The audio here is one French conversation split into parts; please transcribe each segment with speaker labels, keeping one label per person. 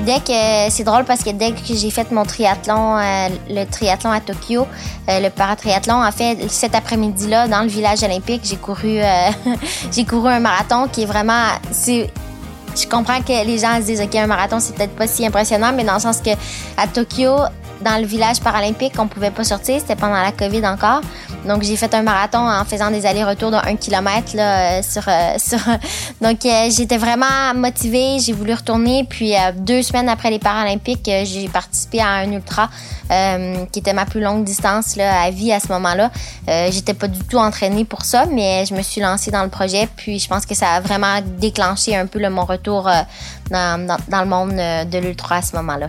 Speaker 1: dès que c'est drôle parce que dès que j'ai fait mon triathlon, le triathlon à Tokyo, le paratriathlon, en fait, cet après-midi-là, dans le village olympique, j'ai couru un marathon qui est vraiment... Je comprends que les gens se disent, OK, un marathon, c'est peut-être pas si impressionnant, mais dans le sens que à Tokyo, dans le village paralympique, on pouvait pas sortir. C'était pendant la COVID encore. Donc, j'ai fait un marathon en faisant des allers-retours de 1 kilomètre là, Donc, j'étais vraiment motivée. J'ai voulu retourner. Puis, 2 semaines après les Paralympiques, j'ai participé à un ultra qui était ma plus longue distance là, à vie à ce moment-là. J'étais pas du tout entraînée pour ça, mais je me suis lancée dans le projet. Puis, je pense que ça a vraiment déclenché un peu mon retour dans le monde de l'ultra à ce moment-là.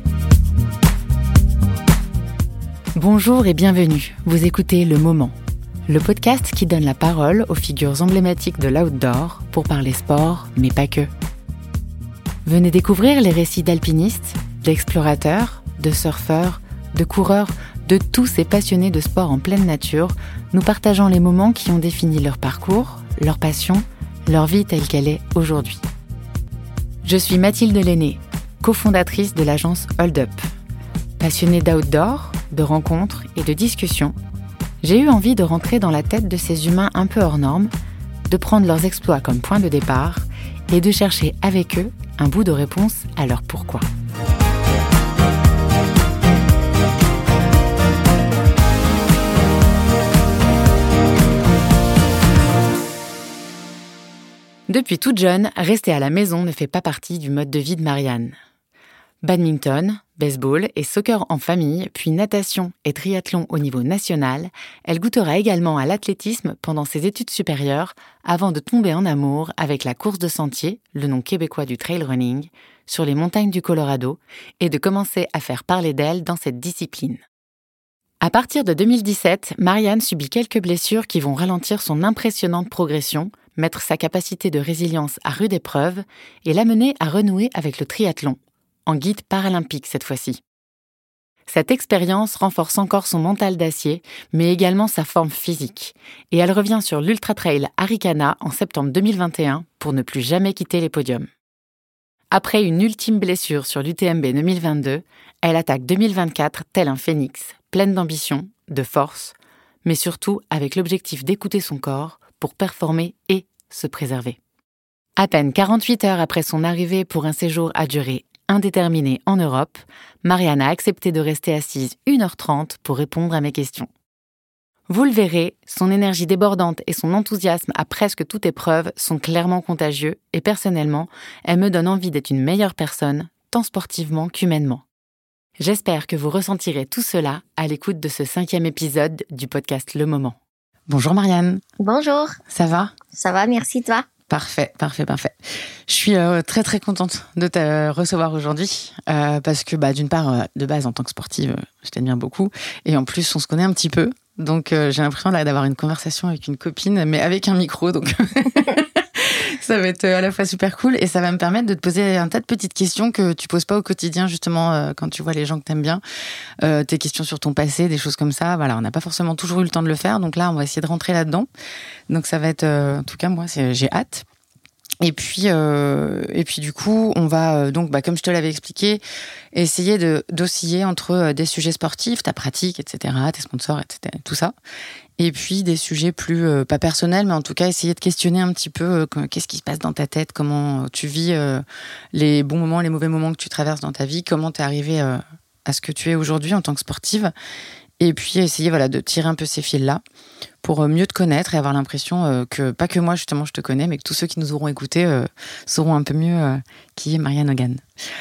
Speaker 2: Bonjour et bienvenue. Vous écoutez Le Moment, le podcast qui donne la parole aux figures emblématiques de l'outdoor pour parler sport, mais pas que. Venez découvrir les récits d'alpinistes, d'explorateurs, de surfeurs, de coureurs, de tous ces passionnés de sport en pleine nature, nous partageant les moments qui ont défini leur parcours, leur passion, leur vie telle qu'elle est aujourd'hui. Je suis Mathilde Lenné, cofondatrice de l'agence Hold Up. Passionnée d'outdoor, de rencontres et de discussions, j'ai eu envie de rentrer dans la tête de ces humains un peu hors normes, de prendre leurs exploits comme point de départ et de chercher avec eux un bout de réponse à leur pourquoi. Depuis toute jeune, rester à la maison ne fait pas partie du mode de vie de Marianne. Badminton, baseball et soccer en famille, puis natation et triathlon au niveau national, elle goûtera également à l'athlétisme pendant ses études supérieures avant de tomber en amour avec la course de sentier, le nom québécois du trail running, sur les montagnes du Colorado et de commencer à faire parler d'elle dans cette discipline. À partir de 2017, Marianne subit quelques blessures qui vont ralentir son impressionnante progression, mettre sa capacité de résilience à rude épreuve et l'amener à renouer avec le triathlon, en guide paralympique cette fois-ci. Cette expérience renforce encore son mental d'acier, mais également sa forme physique, et elle revient sur l'Ultra Trail Arikana en septembre 2021 pour ne plus jamais quitter les podiums. Après une ultime blessure sur l'UTMB 2022, elle attaque 2024 tel un phénix, pleine d'ambition, de force, mais surtout avec l'objectif d'écouter son corps pour performer et se préserver. À peine 48 heures après son arrivée pour un séjour à durée indéterminée en Europe, Marianne a accepté de rester assise 1h30 pour répondre à mes questions. Vous le verrez, son énergie débordante et son enthousiasme à presque toute épreuve sont clairement contagieux et personnellement, elle me donne envie d'être une meilleure personne, tant sportivement qu'humainement. J'espère que vous ressentirez tout cela à l'écoute de ce 5e épisode du podcast Le Moment. Bonjour Marianne.
Speaker 1: Bonjour.
Speaker 2: Ça va ?
Speaker 1: Ça va, merci, toi ?
Speaker 2: Parfait. Je suis très très contente de te recevoir aujourd'hui parce que d'une part, de base en tant que sportive, je t'admire beaucoup et en plus on se connaît un petit peu, donc j'ai l'impression d'avoir une conversation avec une copine mais avec un micro, donc ça va être à la fois super cool et ça va me permettre de te poser un tas de petites questions que tu poses pas au quotidien justement quand tu vois les gens que t'aimes bien, tes questions sur ton passé, des choses comme ça. Voilà, on n'a pas forcément toujours eu le temps de le faire, donc là on va essayer de rentrer là-dedans. Donc ça va être, en tout cas moi j'ai hâte. Et puis du coup, on va comme je te l'avais expliqué, essayer d'osciller entre des sujets sportifs, ta pratique, etc., tes sponsors, etc., tout ça, et puis des sujets plus pas personnels, mais en tout cas essayer de questionner un petit peu qu'est-ce qui se passe dans ta tête, comment tu vis les bons moments, les mauvais moments que tu traverses dans ta vie, comment t'es arrivée à ce que tu es aujourd'hui en tant que sportive. Et puis essayer de tirer un peu ces fils-là pour mieux te connaître et avoir l'impression que, pas que moi justement je te connais, mais que tous ceux qui nous auront écoutés sauront un peu mieux qui est Marianne Hogan.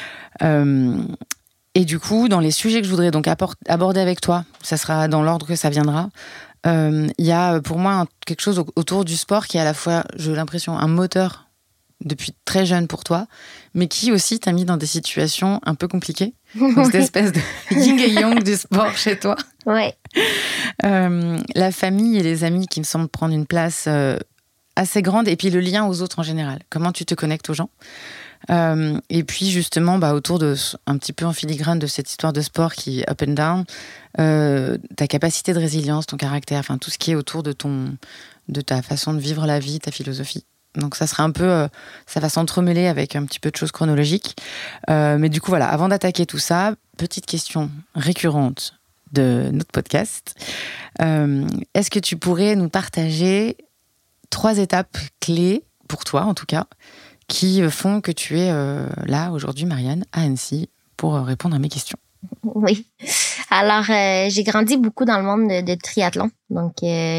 Speaker 2: Et du coup, dans les sujets que je voudrais donc aborder avec toi, ça sera dans l'ordre que ça viendra, il y a pour moi quelque chose autour du sport qui est à la fois, j'ai l'impression, un moteur depuis très jeune pour toi, mais qui aussi t'a mis dans des situations un peu compliquées. Donc, cette espèce de yin et yang du sport chez toi.
Speaker 1: Ouais.
Speaker 2: La famille et les amis qui me semblent prendre une place assez grande, et puis le lien aux autres en général. Comment tu te connectes aux gens. Et puis justement, autour de, un petit peu en filigrane de cette histoire de sport qui est up and down, ta capacité de résilience, ton caractère, enfin tout ce qui est autour de ta façon de vivre la vie, ta philosophie. Donc ça sera un peu, ça va s'entremêler avec un petit peu de choses chronologiques. Mais du coup, voilà, avant d'attaquer tout ça, petite question récurrente de notre podcast. Est-ce que tu pourrais nous partager 3 étapes clés, pour toi en tout cas, qui font que tu es là aujourd'hui, Marianne, à Annecy, pour répondre à mes questions?
Speaker 1: Oui. Alors, j'ai grandi beaucoup dans le monde de triathlon. Donc,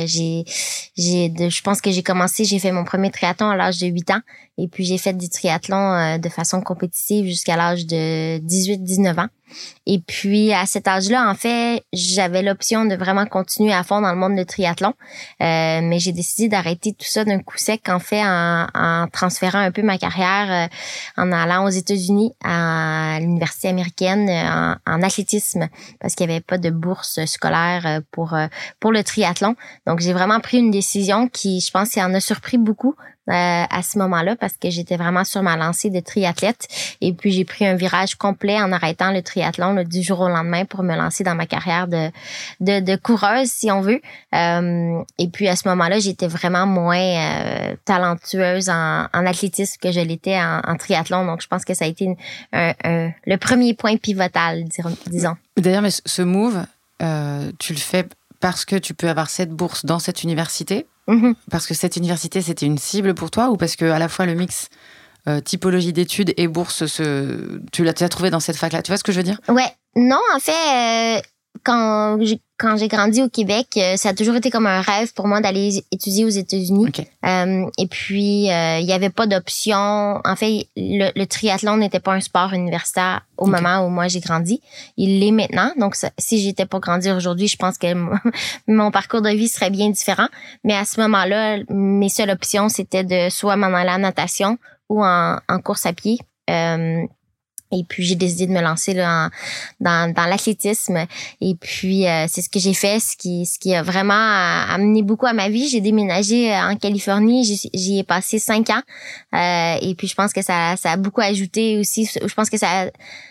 Speaker 1: je pense que j'ai fait mon premier triathlon à l'âge de 8 ans. Et puis, j'ai fait du triathlon de façon compétitive jusqu'à l'âge de 18-19 ans. Et puis, à cet âge-là, en fait, j'avais l'option de vraiment continuer à fond dans le monde de triathlon. Mais j'ai décidé d'arrêter tout ça d'un coup sec, en fait, en transférant un peu ma carrière, en allant aux États-Unis, à l'université américaine, en athlétisme, parce qu'il n'y avait pas de bourse scolaire pour le triathlon. Donc, j'ai vraiment pris une décision qui, je pense, en a surpris beaucoup à ce moment-là, parce que j'étais vraiment sur ma lancée de triathlète. Et puis, j'ai pris un virage complet en arrêtant le triathlon là, du jour au lendemain pour me lancer dans ma carrière de coureuse, si on veut. Et puis, à ce moment-là, j'étais vraiment moins talentueuse en athlétisme que je l'étais en triathlon. Donc, je pense que ça a été le premier point pivotal, disons.
Speaker 2: D'ailleurs, mais ce move, tu le fais parce que tu peux avoir cette bourse dans cette université? Mm-hmm. Parce que cette université, c'était une cible pour toi, ou parce que à la fois le mix typologie d'études et bourse, tu l'as trouvé dans cette fac-là? Tu vois ce que je veux dire?
Speaker 1: Ouais. Non, en fait, quand j'ai grandi au Québec, ça a toujours été comme un rêve pour moi d'aller étudier aux États-Unis. Okay. Et puis, il y avait pas d'option. En fait, le triathlon n'était pas un sport universitaire au moment où moi j'ai grandi. Il l'est maintenant. Donc, si j'étais pas grandi aujourd'hui, je pense que mon parcours de vie serait bien différent. Mais à ce moment-là, mes seules options, c'était de soit m'en aller en natation ou en course à pied. Et puis, j'ai décidé de me lancer là, dans l'athlétisme. Et puis, c'est ce que j'ai fait, ce qui a vraiment amené beaucoup à ma vie. J'ai déménagé en Californie. J'y ai passé 5 ans. Et puis, je pense que ça a beaucoup ajouté aussi. Je pense que ça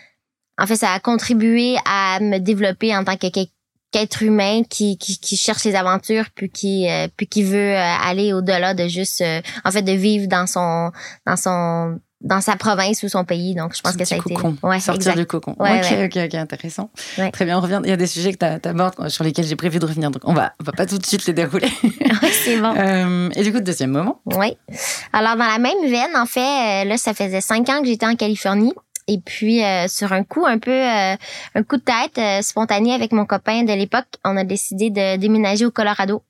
Speaker 1: a contribué à me développer en tant qu'être humain qui cherche les aventures puis qui veut aller au-delà de juste, de vivre dans sa province ou son pays. Donc, je pense que ça a été...
Speaker 2: Ouais, sortir exact. Du cocon. Ouais, ok, intéressant. Ouais. Très bien, on revient. Il y a des sujets que tu abordes sur lesquels j'ai prévu de revenir. Donc, on va pas tout de suite les dérouler.
Speaker 1: Oui, c'est bon.
Speaker 2: Et du coup, deuxième moment.
Speaker 1: Oui. Alors, dans la même veine, en fait, là, ça faisait 5 ans que j'étais en Californie. Et puis, sur un coup, un coup de tête spontané avec mon copain de l'époque, on a décidé de déménager au Colorado.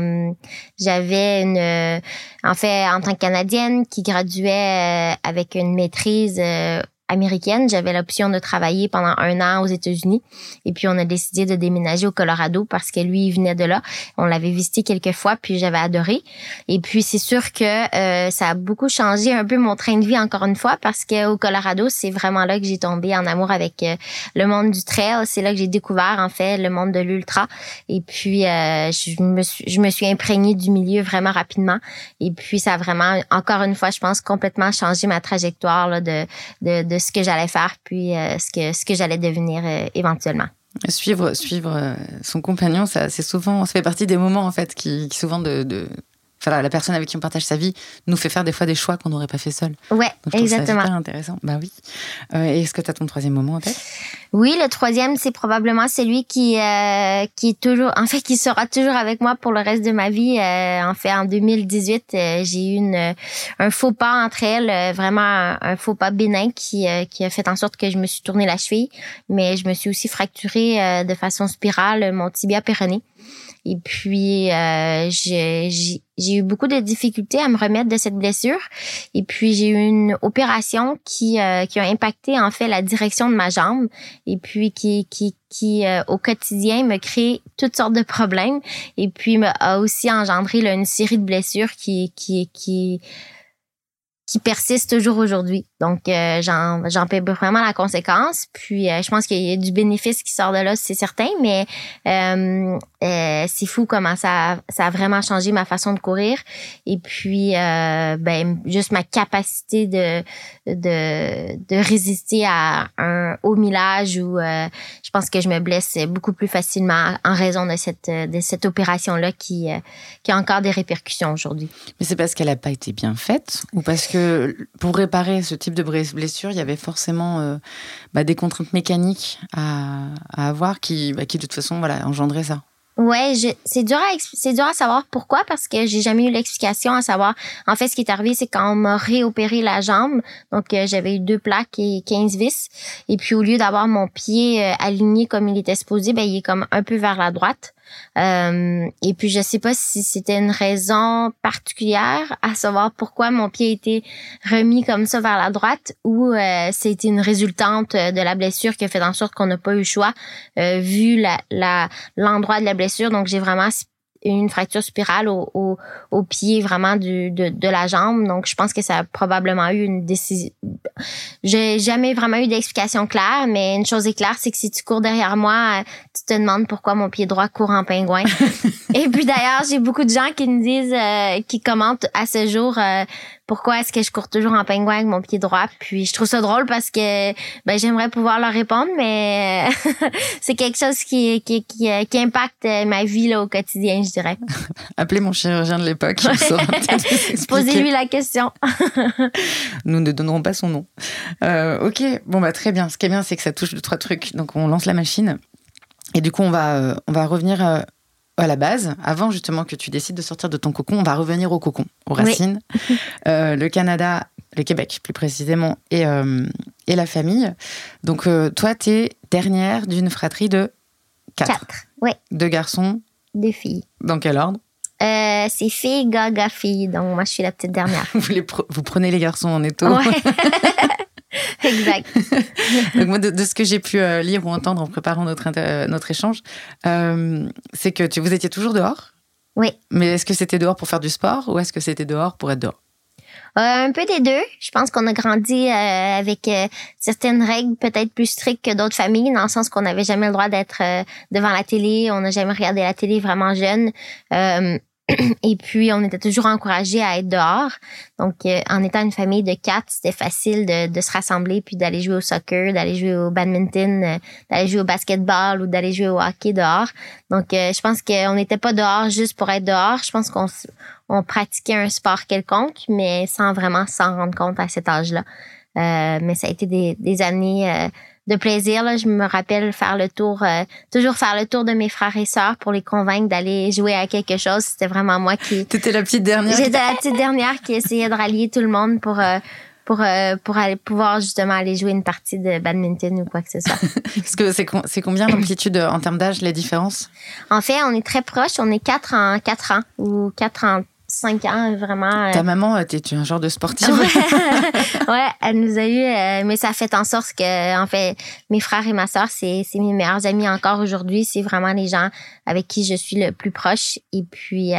Speaker 1: J'avais en tant que Canadienne qui graduait avec une maîtrise américaine, j'avais l'option de travailler pendant 1 an aux États-Unis. Et puis, on a décidé de déménager au Colorado parce que lui, il venait de là. On l'avait visité quelques fois, puis j'avais adoré. Et puis, c'est sûr que ça a beaucoup changé un peu mon train de vie, encore une fois, parce qu'au Colorado, c'est vraiment là que j'ai tombé en amour avec le monde du trail. C'est là que j'ai découvert, en fait, le monde de l'ultra. Et puis, je me suis imprégnée du milieu vraiment rapidement. Et puis, ça a vraiment, encore une fois, je pense, complètement changé ma trajectoire là, de ce que j'allais faire, puis ce que j'allais devenir éventuellement.
Speaker 2: Suivre son compagnon, ça fait partie des moments en fait qui souvent la personne avec qui on partage sa vie nous fait faire des fois des choix qu'on n'aurait pas fait seul.
Speaker 1: Ouais,
Speaker 2: donc,
Speaker 1: exactement.
Speaker 2: C'est super intéressant. Bah oui. Et est-ce que tu as ton troisième moment en tête?
Speaker 1: Oui, le troisième, c'est probablement celui qui est toujours, en fait, qui sera toujours avec moi pour le reste de ma vie. En 2018, j'ai eu un faux pas entre elles, vraiment un faux pas bénin qui a fait en sorte que je me suis tourné la cheville, mais je me suis aussi fracturé de façon spirale mon tibia péroné. Et puis, j'ai eu beaucoup de difficultés à me remettre de cette blessure. Et puis, j'ai eu une opération qui a impacté, en fait, la direction de ma jambe. Et puis, qui au quotidien, me crée toutes sortes de problèmes. Et puis, a aussi engendré là, une série de blessures qui qui persiste toujours aujourd'hui. Donc, j'en paie vraiment la conséquence. Puis, je pense qu'il y a du bénéfice qui sort de là, c'est certain, mais c'est fou comment ça a vraiment changé ma façon de courir. Et puis, juste ma capacité de résister à un haut millage où je pense que je me blesse beaucoup plus facilement en raison de cette opération-là qui a encore des répercussions aujourd'hui.
Speaker 2: Mais c'est parce qu'elle n'a pas été bien faite ou parce que pour réparer ce type de blessure, il y avait forcément des contraintes mécaniques à avoir qui de toute façon engendraient ça.
Speaker 1: Ouais, c'est dur à savoir pourquoi, parce que j'ai jamais eu l'explication à savoir. En fait, ce qui est arrivé, c'est quand on m'a réopéré la jambe, donc j'avais eu 2 plaques et 15 vis, et puis au lieu d'avoir mon pied aligné comme il était supposé, il est comme un peu vers la droite. Et puis je sais pas si c'était une raison particulière à savoir pourquoi mon pied a été remis comme ça vers la droite, ou c'était une résultante de la blessure qui a fait en sorte qu'on n'a pas eu le choix vu l'endroit de la blessure. Donc j'ai vraiment une fracture spirale au pied vraiment de la jambe. Donc, je pense que ça a probablement eu une décision. J'ai jamais vraiment eu d'explication claire, mais une chose est claire, c'est que si tu cours derrière moi, tu te demandes pourquoi mon pied droit court en pingouin. Et puis d'ailleurs, j'ai beaucoup de gens qui me disent, qui commentent à ce jour, pourquoi est-ce que je cours toujours en pingouin avec mon pied droit? Puis je trouve ça drôle parce que j'aimerais pouvoir leur répondre, mais c'est quelque chose qui impacte ma vie là, au quotidien, je dirais.
Speaker 2: Appelez mon chirurgien de l'époque.
Speaker 1: Posez-lui la question.
Speaker 2: Nous ne donnerons pas son nom. Ok, très bien. Ce qui est bien, c'est que ça touche 2-3 trucs. Donc on lance la machine. Et du coup, on va revenir à la base, avant justement que tu décides de sortir de ton cocon. On va revenir au cocon, aux racines. Oui. Le Canada, le Québec plus précisément, et la famille. Donc toi, t'es dernière d'une fratrie de 4.
Speaker 1: Oui.
Speaker 2: 2 garçons.
Speaker 1: 2 filles.
Speaker 2: Dans quel ordre?
Speaker 1: C'est fille, gars, fille. Donc moi, je suis la petite dernière.
Speaker 2: Vous prenez les garçons en étau.
Speaker 1: Ouais. Exact.
Speaker 2: Donc moi, de ce que j'ai pu lire ou entendre en préparant notre échange, c'est que vous étiez toujours dehors.
Speaker 1: Oui.
Speaker 2: Mais est-ce que c'était dehors pour faire du sport ou est-ce que c'était dehors pour être dehors?
Speaker 1: Un peu des deux. Je pense qu'on a grandi avec certaines règles peut-être plus strictes que d'autres familles, dans le sens qu'on n'avait jamais le droit d'être devant la télé. On n'a jamais regardé la télé vraiment jeune. Et puis, on était toujours encouragés à être dehors. Donc, en étant une famille de 4, c'était facile de se rassembler puis d'aller jouer au soccer, d'aller jouer au badminton, d'aller jouer au basketball ou d'aller jouer au hockey dehors. Donc, je pense qu'on n'était pas dehors juste pour être dehors. Je pense qu'on pratiquait un sport quelconque, mais sans vraiment s'en rendre compte à cet âge-là. Mais ça a été des années de plaisir. Là. Je me rappelle toujours faire le tour de mes frères et sœurs pour les convaincre d'aller jouer à quelque chose. C'était vraiment moi qui...
Speaker 2: T'étais la petite dernière?
Speaker 1: J'étais la petite dernière qui essayait de rallier tout le monde pour aller pouvoir justement aller jouer une partie de badminton ou quoi que ce soit.
Speaker 2: Parce que c'est combien l'amplitude en termes d'âge, les différences?
Speaker 1: En fait, on est très proches. On est 4 en 4 ans ou 4 en 5 ans, vraiment.
Speaker 2: Ta maman, t'es un genre de sportive?
Speaker 1: Ouais, elle nous a eu, mais ça fait en sorte que, en fait, mes frères et ma sœur, c'est mes meilleurs amis encore aujourd'hui. C'est vraiment les gens avec qui je suis le plus proche. Et puis,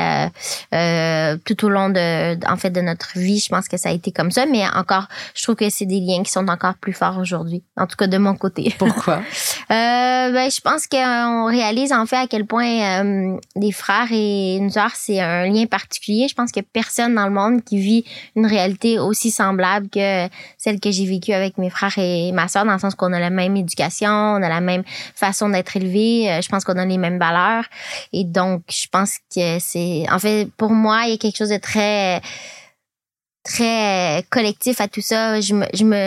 Speaker 1: tout au long de notre vie, je pense que ça a été comme ça. Mais encore, je trouve que c'est des liens qui sont encore plus forts aujourd'hui. En tout cas, de mon côté.
Speaker 2: Pourquoi?
Speaker 1: Je pense qu'on réalise, en fait, à quel point les frères et une sœur, c'est un lien particulier. Je pense qu'il n'y a personne dans le monde qui vit une réalité aussi semblable que celle que j'ai vécue avec mes frères et ma sœur, dans le sens qu'on a la même éducation, on a la même façon d'être élevé. Je pense qu'on a les mêmes valeurs. Et donc, je pense que c'est... En fait, pour moi, il y a quelque chose de très collectif à tout ça. Je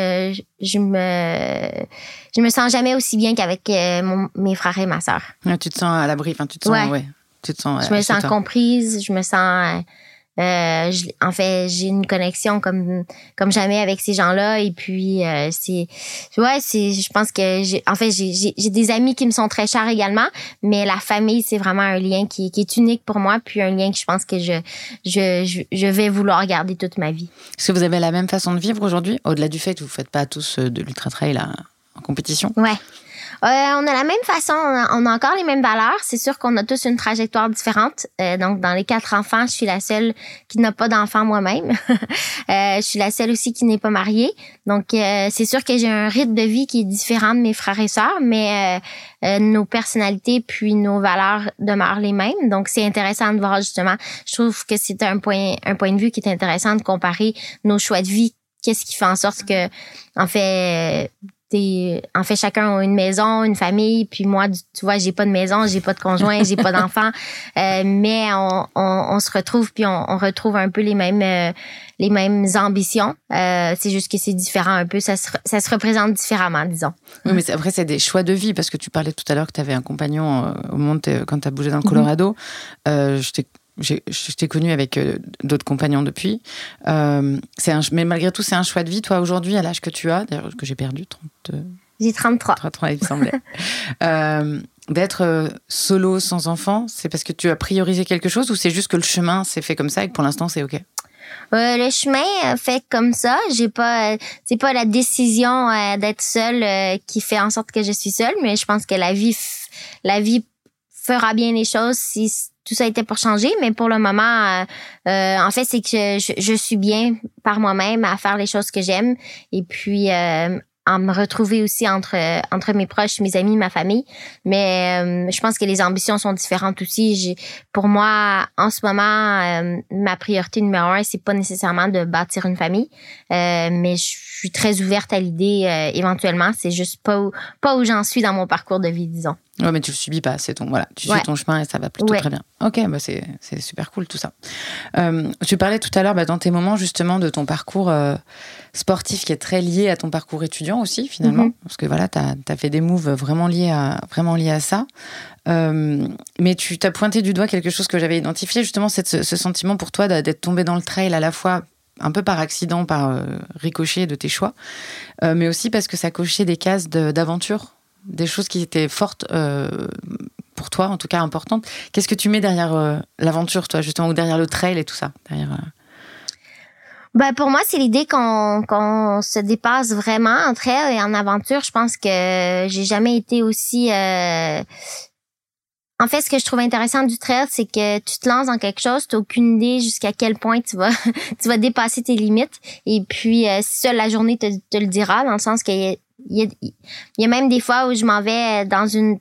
Speaker 1: me sens jamais aussi bien qu'avec mes frères et ma sœur.
Speaker 2: Tu te sens à l'abri, tu te sens... Ouais. Tu te sens,
Speaker 1: je me sens comprise, je me sens... en fait, j'ai une connexion comme jamais avec ces gens-là. Et puis, je pense que j'ai des amis qui me sont très chers également, mais la famille, c'est vraiment un lien qui est unique pour moi, puis un lien que je pense que je vais vouloir garder toute ma vie.
Speaker 2: Est-ce que vous avez la même façon de vivre aujourd'hui, au-delà du fait que vous ne faites pas tous de l'ultra-trail en compétition?
Speaker 1: Ouais. On a la même façon, on a encore les mêmes valeurs. C'est sûr qu'on a tous une trajectoire différente. Donc, dans les 4 enfants, je suis la seule qui n'a pas d'enfant moi-même. Je suis la seule aussi qui n'est pas mariée. Donc, c'est sûr que j'ai un rythme de vie qui est différent de mes frères et sœurs, mais nos personnalités puis nos valeurs demeurent les mêmes. Donc, c'est intéressant de voir justement. Je trouve que c'est un point de vue qui est intéressant de comparer nos choix de vie. Qu'est-ce qui fait en sorte que, en fait, chacun a une maison, une famille, puis moi, tu vois, j'ai pas de maison, j'ai pas de conjoint, j'ai pas d'enfant, mais on se retrouve, puis on retrouve un peu les mêmes ambitions. C'est juste que c'est différent un peu, ça se représente différemment, disons.
Speaker 2: Oui, mais après, c'est des choix de vie, parce que tu parlais tout à l'heure que tu avais un compagnon au moment quand tu as bougé dans le Colorado. Je t'ai connue avec d'autres compagnons depuis. Mais malgré tout, c'est un choix de vie. Toi, aujourd'hui, à l'âge que tu as, d'ailleurs, que j'ai perdu, 30...
Speaker 1: J'ai 33.
Speaker 2: 33, il me semblait. D'être solo, sans enfant, c'est parce que tu as priorisé quelque chose ou c'est juste que le chemin s'est fait comme ça et que pour l'instant, c'est OK?
Speaker 1: Le chemin fait comme ça. C'est pas la décision d'être seule qui fait en sorte que je suis seule, mais je pense que la vie fera bien les choses si tout ça était pour changer, mais pour le moment, en fait, c'est que je suis bien par moi-même à faire les choses que j'aime et puis à me retrouver aussi entre mes proches, mes amis, ma famille. Mais je pense que les ambitions sont différentes aussi. Pour moi, en ce moment, ma priorité numéro 1, c'est pas nécessairement de bâtir une famille, mais je suis très ouverte à l'idée éventuellement. C'est juste pas où j'en suis dans mon parcours de vie, disons.
Speaker 2: Ouais, mais tu le subis pas, tu suis ton chemin et ça va plutôt très bien. Ok, bah c'est super cool tout ça. Tu parlais tout à l'heure dans tes moments justement de ton parcours sportif qui est très lié à ton parcours étudiant aussi finalement, parce que voilà, t'as fait des moves vraiment liés à ça. Mais tu t'as pointé du doigt quelque chose que j'avais identifié justement, ce sentiment pour toi d'être tombé dans le trail à la fois un peu par accident, par ricochet de tes choix, mais aussi parce que ça cochait des cases d'aventure. Des choses qui étaient fortes pour toi, en tout cas importantes. Qu'est-ce que tu mets derrière l'aventure, toi, justement, ou derrière le trail et tout ça
Speaker 1: Pour moi, c'est l'idée qu'on se dépasse vraiment en trail et en aventure. Je pense que j'ai jamais été aussi... En fait, ce que je trouve intéressant du trail, c'est que tu te lances dans quelque chose, tu n'as aucune idée jusqu'à quel point tu vas dépasser tes limites. Et puis, seule la journée te le dira, dans le sens qu'il y a même des fois où je m'en vais dans une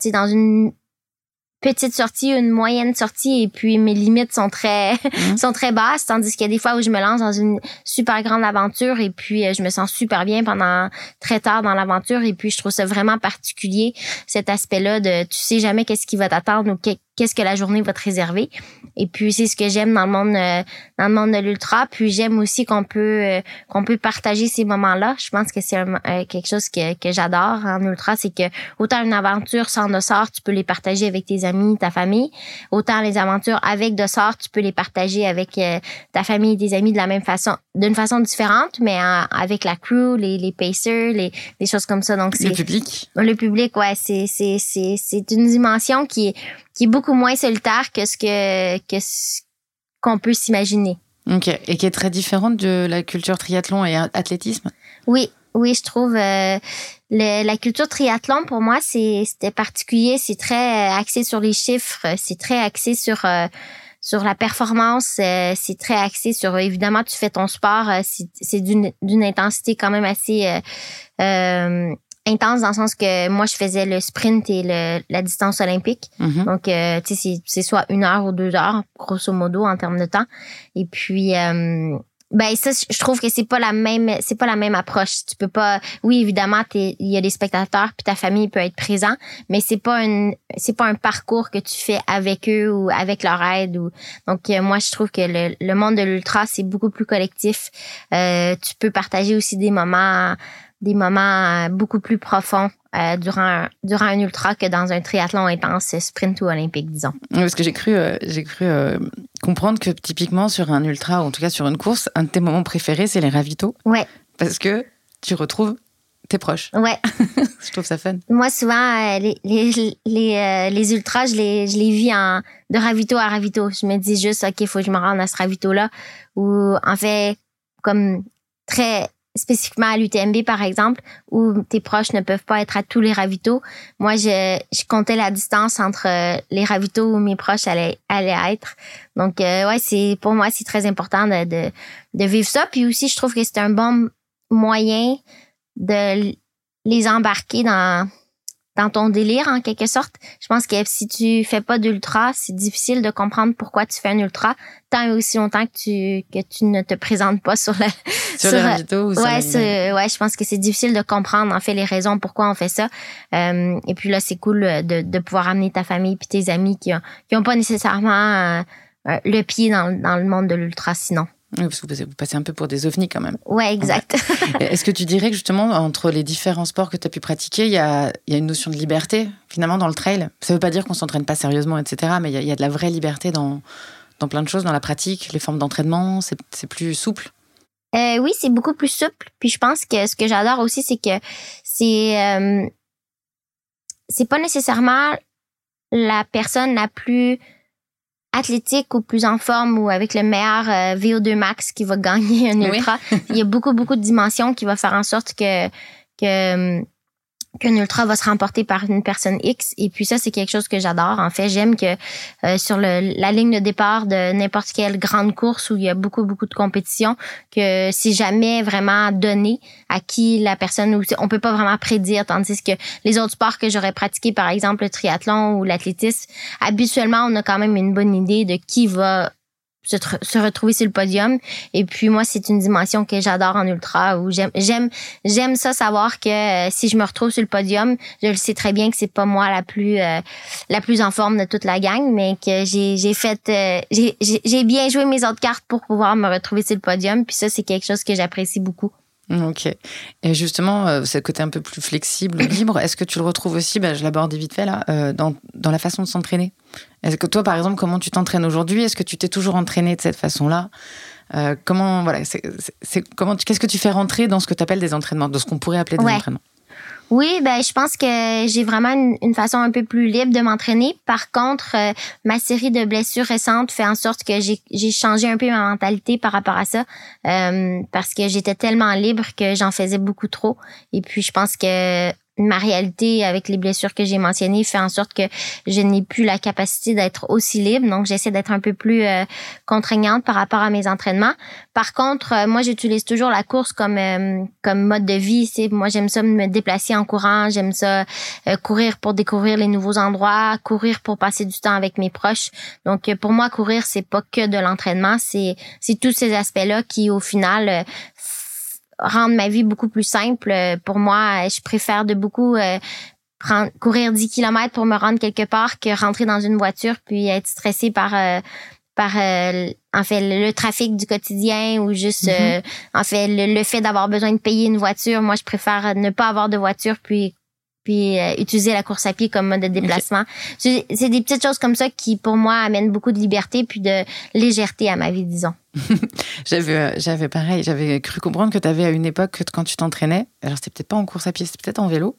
Speaker 1: petite sortie, une moyenne sortie, et puis mes limites sont très basses, tandis qu'il y a des fois où je me lance dans une super grande aventure et puis je me sens super bien pendant très tard dans l'aventure, et puis je trouve ça vraiment particulier, cet aspect-là de tu sais jamais qu'est-ce qui va t'attendre ou qu'est-ce que la journée va te réserver. Et puis c'est ce que j'aime dans le monde de l'ultra. Puis j'aime aussi qu'on peut partager ces moments-là. Je pense que c'est quelque chose que j'adore en ultra, c'est que autant une aventure sans dossard, tu peux les partager avec tes amis, ta famille, autant les aventures avec dossard, tu peux les partager avec ta famille et tes amis d'une façon différente, mais avec la crew, les pacers, les choses comme ça. Donc
Speaker 2: le public.
Speaker 1: Le public, ouais, c'est une dimension qui est beaucoup moins solitaire que ce qu'on peut s'imaginer.
Speaker 2: Ok, et qui est très différente de la culture triathlon et athlétisme? Oui,
Speaker 1: je trouve la culture triathlon, pour moi, c'était particulier. C'est très axé sur les chiffres, c'est très axé sur la performance, c'est très axé sur, évidemment, tu fais ton sport, c'est d'une intensité quand même assez intense, dans le sens que moi, je faisais le sprint et la distance olympique. Mm-hmm. Donc, tu sais, c'est soit 1 heure ou 2 heures, grosso modo, en termes de temps. Et puis, ça, je trouve que c'est pas la même approche. Tu peux pas, oui, évidemment, il y a des spectateurs puis ta famille peut être présent, mais c'est pas un parcours que tu fais avec eux ou avec leur aide donc, moi, je trouve que le monde de l'ultra, c'est beaucoup plus collectif. Tu peux partager aussi des moments beaucoup plus profonds durant un ultra que dans un triathlon intense, sprint ou olympique, disons.
Speaker 2: Parce que j'ai cru comprendre que typiquement sur un ultra, ou en tout cas sur une course, un de tes moments préférés, c'est les ravitaux.
Speaker 1: Ouais.
Speaker 2: Parce que tu retrouves tes proches.
Speaker 1: Ouais.
Speaker 2: Je trouve ça fun.
Speaker 1: Moi, souvent, les ultras, je les vis de ravito à ravito. Je me dis juste, OK, il faut que je me rende à ce ravito-là. Ou, en fait, comme très spécifiquement à l'UTMB, par exemple, où tes proches ne peuvent pas être à tous les ravitaux. Moi, je comptais la distance entre les ravitaux où mes proches allaient être. Donc, pour moi, c'est très important de vivre ça. Puis aussi, je trouve que c'est un bon moyen de les embarquer dans ton délire, en quelque sorte. Je pense que si tu fais pas d'ultra, c'est difficile de comprendre pourquoi tu fais un ultra tant et aussi longtemps que tu ne te présentes pas sur
Speaker 2: les ravitaux ou
Speaker 1: je pense que c'est difficile de comprendre, en fait, les raisons pourquoi on fait ça. Et puis là, c'est cool de pouvoir amener ta famille puis tes amis qui ont pas nécessairement le pied dans le monde de l'ultra sinon.
Speaker 2: Oui, parce que vous passez un peu pour des ovnis quand même.
Speaker 1: Ouais, exact.
Speaker 2: Ouais. Est-ce que tu dirais que justement, entre les différents sports que tu as pu pratiquer, il y a une notion de liberté, finalement, dans le trail? Ça ne veut pas dire qu'on ne s'entraîne pas sérieusement, etc., mais il y a de la vraie liberté dans plein de choses, dans la pratique, les formes d'entraînement, c'est plus souple?
Speaker 1: Oui, c'est beaucoup plus souple. Puis je pense que ce que j'adore aussi, c'est que c'est pas nécessairement la personne la plus athlétique ou plus en forme ou avec le meilleur VO2 max qui va gagner un ultra. Oui. Il y a beaucoup de dimensions qui vont faire en sorte qu'un ultra va se remporter par une personne X. Et puis ça, c'est quelque chose que j'adore. En fait, j'aime que sur la ligne de départ de n'importe quelle grande course où il y a beaucoup de compétition, que c'est jamais vraiment donné à qui la personne... On peut pas vraiment prédire, tandis que les autres sports que j'aurais pratiqués, par exemple le triathlon ou l'athlétisme, habituellement, on a quand même une bonne idée de qui va se retrouver sur le podium. Et puis moi, c'est une dimension que j'adore en ultra, où j'aime ça, savoir que si je me retrouve sur le podium, je le sais très bien que c'est pas moi la plus en forme de toute la gang, mais que j'ai bien joué mes autres cartes pour pouvoir me retrouver sur le podium. Puis ça, c'est quelque chose que j'apprécie beaucoup.
Speaker 2: Ok. Et justement, ce côté un peu plus flexible, libre, est-ce que tu le retrouves aussi, je l'aborde vite fait là, dans la façon de s'entraîner? Est-ce que toi, par exemple, comment tu t'entraînes aujourd'hui? Est-ce que tu t'es toujours entraîné de cette façon-là? Qu'est-ce que tu fais rentrer dans ce que tu appelles des entraînements, de ce qu'on pourrait appeler des entraînements?
Speaker 1: Oui, je pense que j'ai vraiment une façon un peu plus libre de m'entraîner. Par contre, ma série de blessures récentes fait en sorte que j'ai changé un peu ma mentalité par rapport à ça, parce que j'étais tellement libre que j'en faisais beaucoup trop. Et puis, je pense que ma réalité avec les blessures que j'ai mentionnées fait en sorte que je n'ai plus la capacité d'être aussi libre. Donc, j'essaie d'être un peu plus contraignante par rapport à mes entraînements. Par contre, moi, j'utilise toujours la course comme mode de vie. Moi, j'aime ça me déplacer en courant. J'aime ça courir pour découvrir les nouveaux endroits, courir pour passer du temps avec mes proches. Donc, pour moi, courir, c'est pas que de l'entraînement. C'est tous ces aspects-là qui, au final, rendre ma vie beaucoup plus simple. Pour moi, je préfère de beaucoup courir 10 kilomètres pour me rendre quelque part que rentrer dans une voiture puis être stressée par en fait le trafic du quotidien ou juste en fait le fait d'avoir besoin de payer une voiture. Moi, je préfère ne pas avoir de voiture puis utiliser la course à pied comme mode de déplacement. Okay. C'est des petites choses comme ça qui, pour moi, amènent beaucoup de liberté puis de légèreté à ma vie, disons.
Speaker 2: J'avais pareil, j'avais cru comprendre que tu avais à une époque, quand tu t'entraînais, alors c'était peut-être pas en course à pied, c'était peut-être en vélo,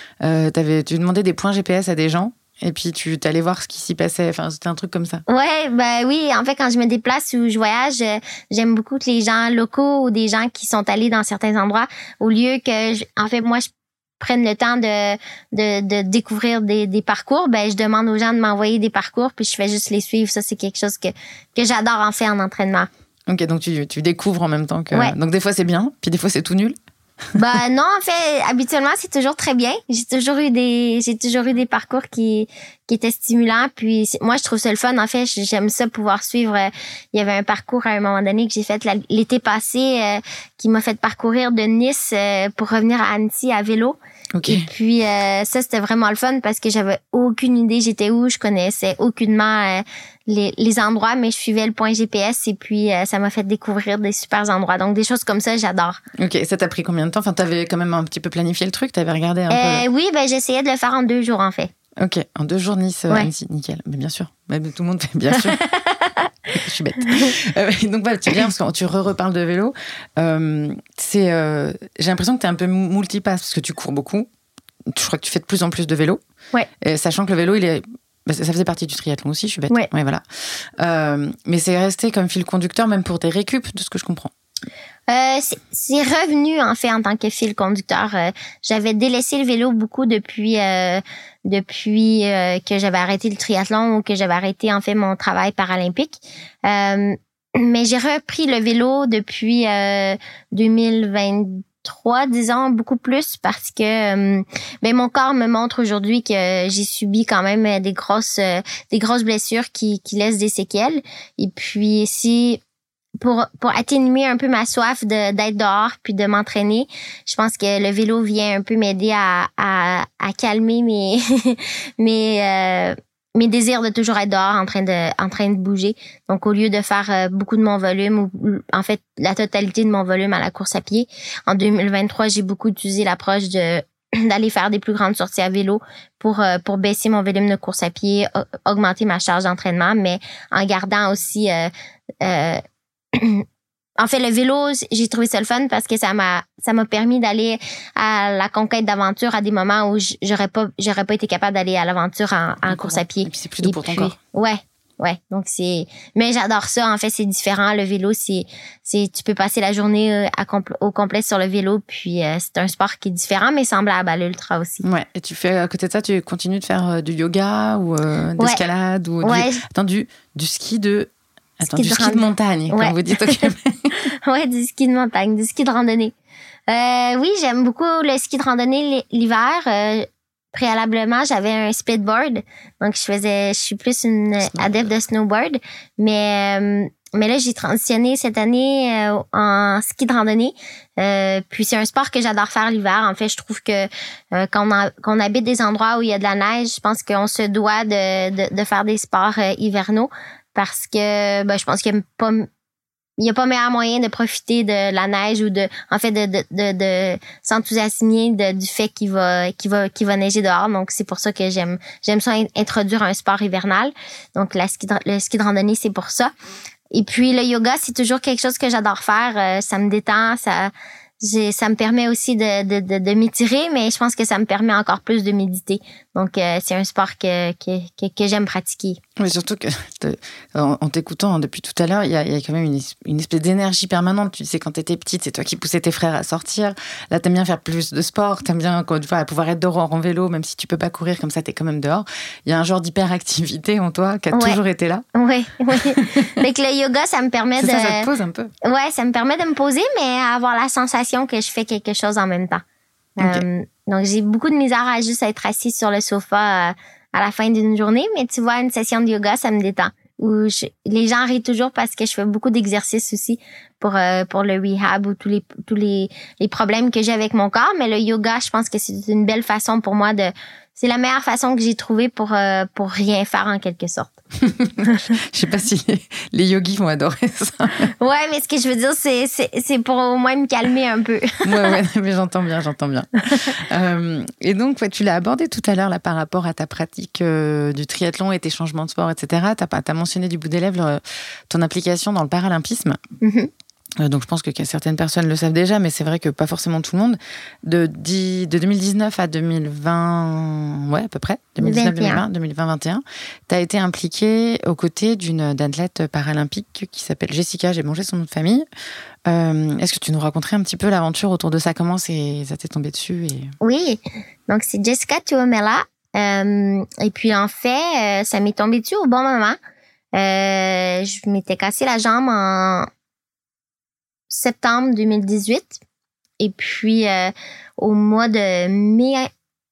Speaker 2: tu demandais des points GPS à des gens et puis tu allais voir ce qui s'y passait, enfin c'était un truc comme ça.
Speaker 1: Ouais, oui, en fait quand je me déplace ou je voyage, j'aime beaucoup que les gens locaux ou des gens qui sont allés dans certains endroits, au lieu que en fait moi je prenne le temps de découvrir des parcours, je demande aux gens de m'envoyer des parcours puis je fais juste les suivre. Ça, c'est quelque chose que j'adore en faire en entraînement.
Speaker 2: Ok, donc tu découvres en même temps que... Ouais. Donc des fois c'est bien, puis des fois c'est tout nul.
Speaker 1: Non, en fait, habituellement c'est toujours très bien. J'ai toujours eu des parcours qui étaient stimulants. Puis moi je trouve ça le fun. En fait, j'aime ça pouvoir suivre. Il y avait un parcours à un moment donné que j'ai fait l'été passé qui m'a fait parcourir de Nice pour revenir à Annecy à vélo.
Speaker 2: Okay.
Speaker 1: Et puis ça c'était vraiment le fun parce que j'avais aucune idée j'étais où, je connaissais aucunement les endroits, mais je suivais le point GPS et puis ça m'a fait découvrir des super endroits. Donc des choses comme ça, j'adore.
Speaker 2: Ok, ça t'a pris combien de temps? Enfin, t'avais quand même un petit peu planifié le truc, t'avais regardé un peu.
Speaker 1: Oui, j'essayais de le faire en 2 jours en fait.
Speaker 2: Ok, en 2 jours Nice, Annecy, nickel. Mais bien sûr, tout le monde fait bien sûr. Je suis bête. Donc tu viens parce que tu reparles de vélo. J'ai l'impression que tu es un peu multipasse parce que tu cours beaucoup. Je crois que tu fais de plus en plus de vélo.
Speaker 1: Ouais.
Speaker 2: Sachant que le vélo, ça faisait partie du triathlon aussi, je suis bête.
Speaker 1: Ouais.
Speaker 2: Voilà. Mais c'est resté comme fil conducteur même pour tes récup, de ce que je comprends.
Speaker 1: C'est revenu, en fait, en tant que fil conducteur. J'avais délaissé le vélo beaucoup depuis que j'avais arrêté le triathlon ou que j'avais arrêté, en fait, mon travail paralympique. Mais j'ai repris le vélo depuis 2023, disons, beaucoup plus parce que mon corps me montre aujourd'hui que j'ai subi quand même des grosses blessures qui laissent des séquelles. Et puis si pour atténuer un peu ma soif d'être dehors puis de m'entraîner, je pense que le vélo vient un peu m'aider à calmer mes désirs de toujours être dehors en train de bouger. Donc, au lieu de faire beaucoup de mon volume, ou en fait, la totalité de mon volume à la course à pied, en 2023, j'ai beaucoup utilisé l'approche d'aller faire des plus grandes sorties à vélo pour baisser mon volume de course à pied, augmenter ma charge d'entraînement, mais en gardant aussi... En fait, le vélo, j'ai trouvé ça le fun parce que ça m'a permis d'aller à la conquête d'aventure à des moments où j'aurais pas été capable d'aller à l'aventure en course à pied.
Speaker 2: Et puis c'est plus doux pour ton corps.
Speaker 1: Ouais. Donc mais j'adore ça. En fait, c'est différent. Le vélo, tu peux passer la journée au complet sur le vélo, puis c'est un sport qui est différent, mais semblable à l'ultra aussi.
Speaker 2: Ouais. Et tu fais, à côté de ça, tu continues de faire du yoga ou d'escalade ou du ski de... Attends, du ski de montagne, comme vous dites au Québec.
Speaker 1: Ouais, du ski de montagne, du ski de randonnée. Oui, j'aime beaucoup le ski de randonnée l'hiver. Préalablement, j'avais un splitboard. Donc, je suis plus une adepte de snowboard. Mais là, j'ai transitionné cette année en ski de randonnée. Puis, c'est un sport que j'adore faire l'hiver. En fait, je trouve que quand on habite des endroits où il y a de la neige, je pense qu'on se doit de faire des sports hivernaux. Parce que je pense qu'il y a pas meilleur moyen de profiter de la neige ou de s'enthousiasmer du fait qu'il va neiger dehors. Donc c'est pour ça que j'aime ça introduire un sport hivernal. Donc le ski de randonnée, c'est pour ça. Et puis le yoga, c'est toujours quelque chose que j'adore faire. Ça me détend, ça me permet aussi de m'étirer, mais je pense que ça me permet encore plus de méditer. Donc, c'est un sport que j'aime pratiquer.
Speaker 2: Mais surtout que, en t'écoutant depuis tout à l'heure, il y a quand même une espèce d'énergie permanente. Tu sais, quand t'étais petite, c'est toi qui poussais tes frères à sortir. Là, t'aimes bien faire plus de sport. T'aimes bien, pouvoir être dehors en vélo, même si tu peux pas courir comme ça, t'es quand même dehors. Il y a un genre d'hyperactivité en toi qui a toujours été là.
Speaker 1: Oui. Avec le yoga, ça me permet
Speaker 2: ça te pose un peu.
Speaker 1: Ouais, ça me permet de me poser, mais avoir la sensation que je fais quelque chose en même temps. Okay. Donc, j'ai beaucoup de misère à juste être assise sur le sofa à la fin d'une journée, mais tu vois, une session de yoga, ça me détend. Les gens rient toujours parce que je fais beaucoup d'exercices aussi pour le rehab ou tous les problèmes que j'ai avec mon corps, mais le yoga, je pense que c'est une belle façon pour moi c'est la meilleure façon que j'ai trouvée pour rien faire en quelque sorte.
Speaker 2: Je sais pas si les yogis vont adorer ça.
Speaker 1: Ouais, mais ce que je veux dire, c'est pour au moins me calmer un peu.
Speaker 2: ouais, mais j'entends bien. Et donc, tu l'as abordé tout à l'heure là par rapport à ta pratique du triathlon et tes changements de sport, etc. T'as mentionné du bout des lèvres ton implication dans le paralympisme. Mm-hmm. Donc, je pense que certaines personnes le savent déjà, mais c'est vrai que pas forcément tout le monde. De 2019 à 2020, ouais, à peu près, 2019-2020-2021, tu as été impliquée aux côtés d'une athlète paralympique qui s'appelle Jessica, j'ai mangé son nom de famille. Est-ce que tu nous raconterais un petit peu l'aventure autour de ça? Comment ça t'est tombé dessus
Speaker 1: Oui, donc c'est Jessica Tuomela. Et puis, en fait, ça m'est tombé dessus au bon moment. Je m'étais cassé la jambe en septembre 2018. Et puis, au mois de mai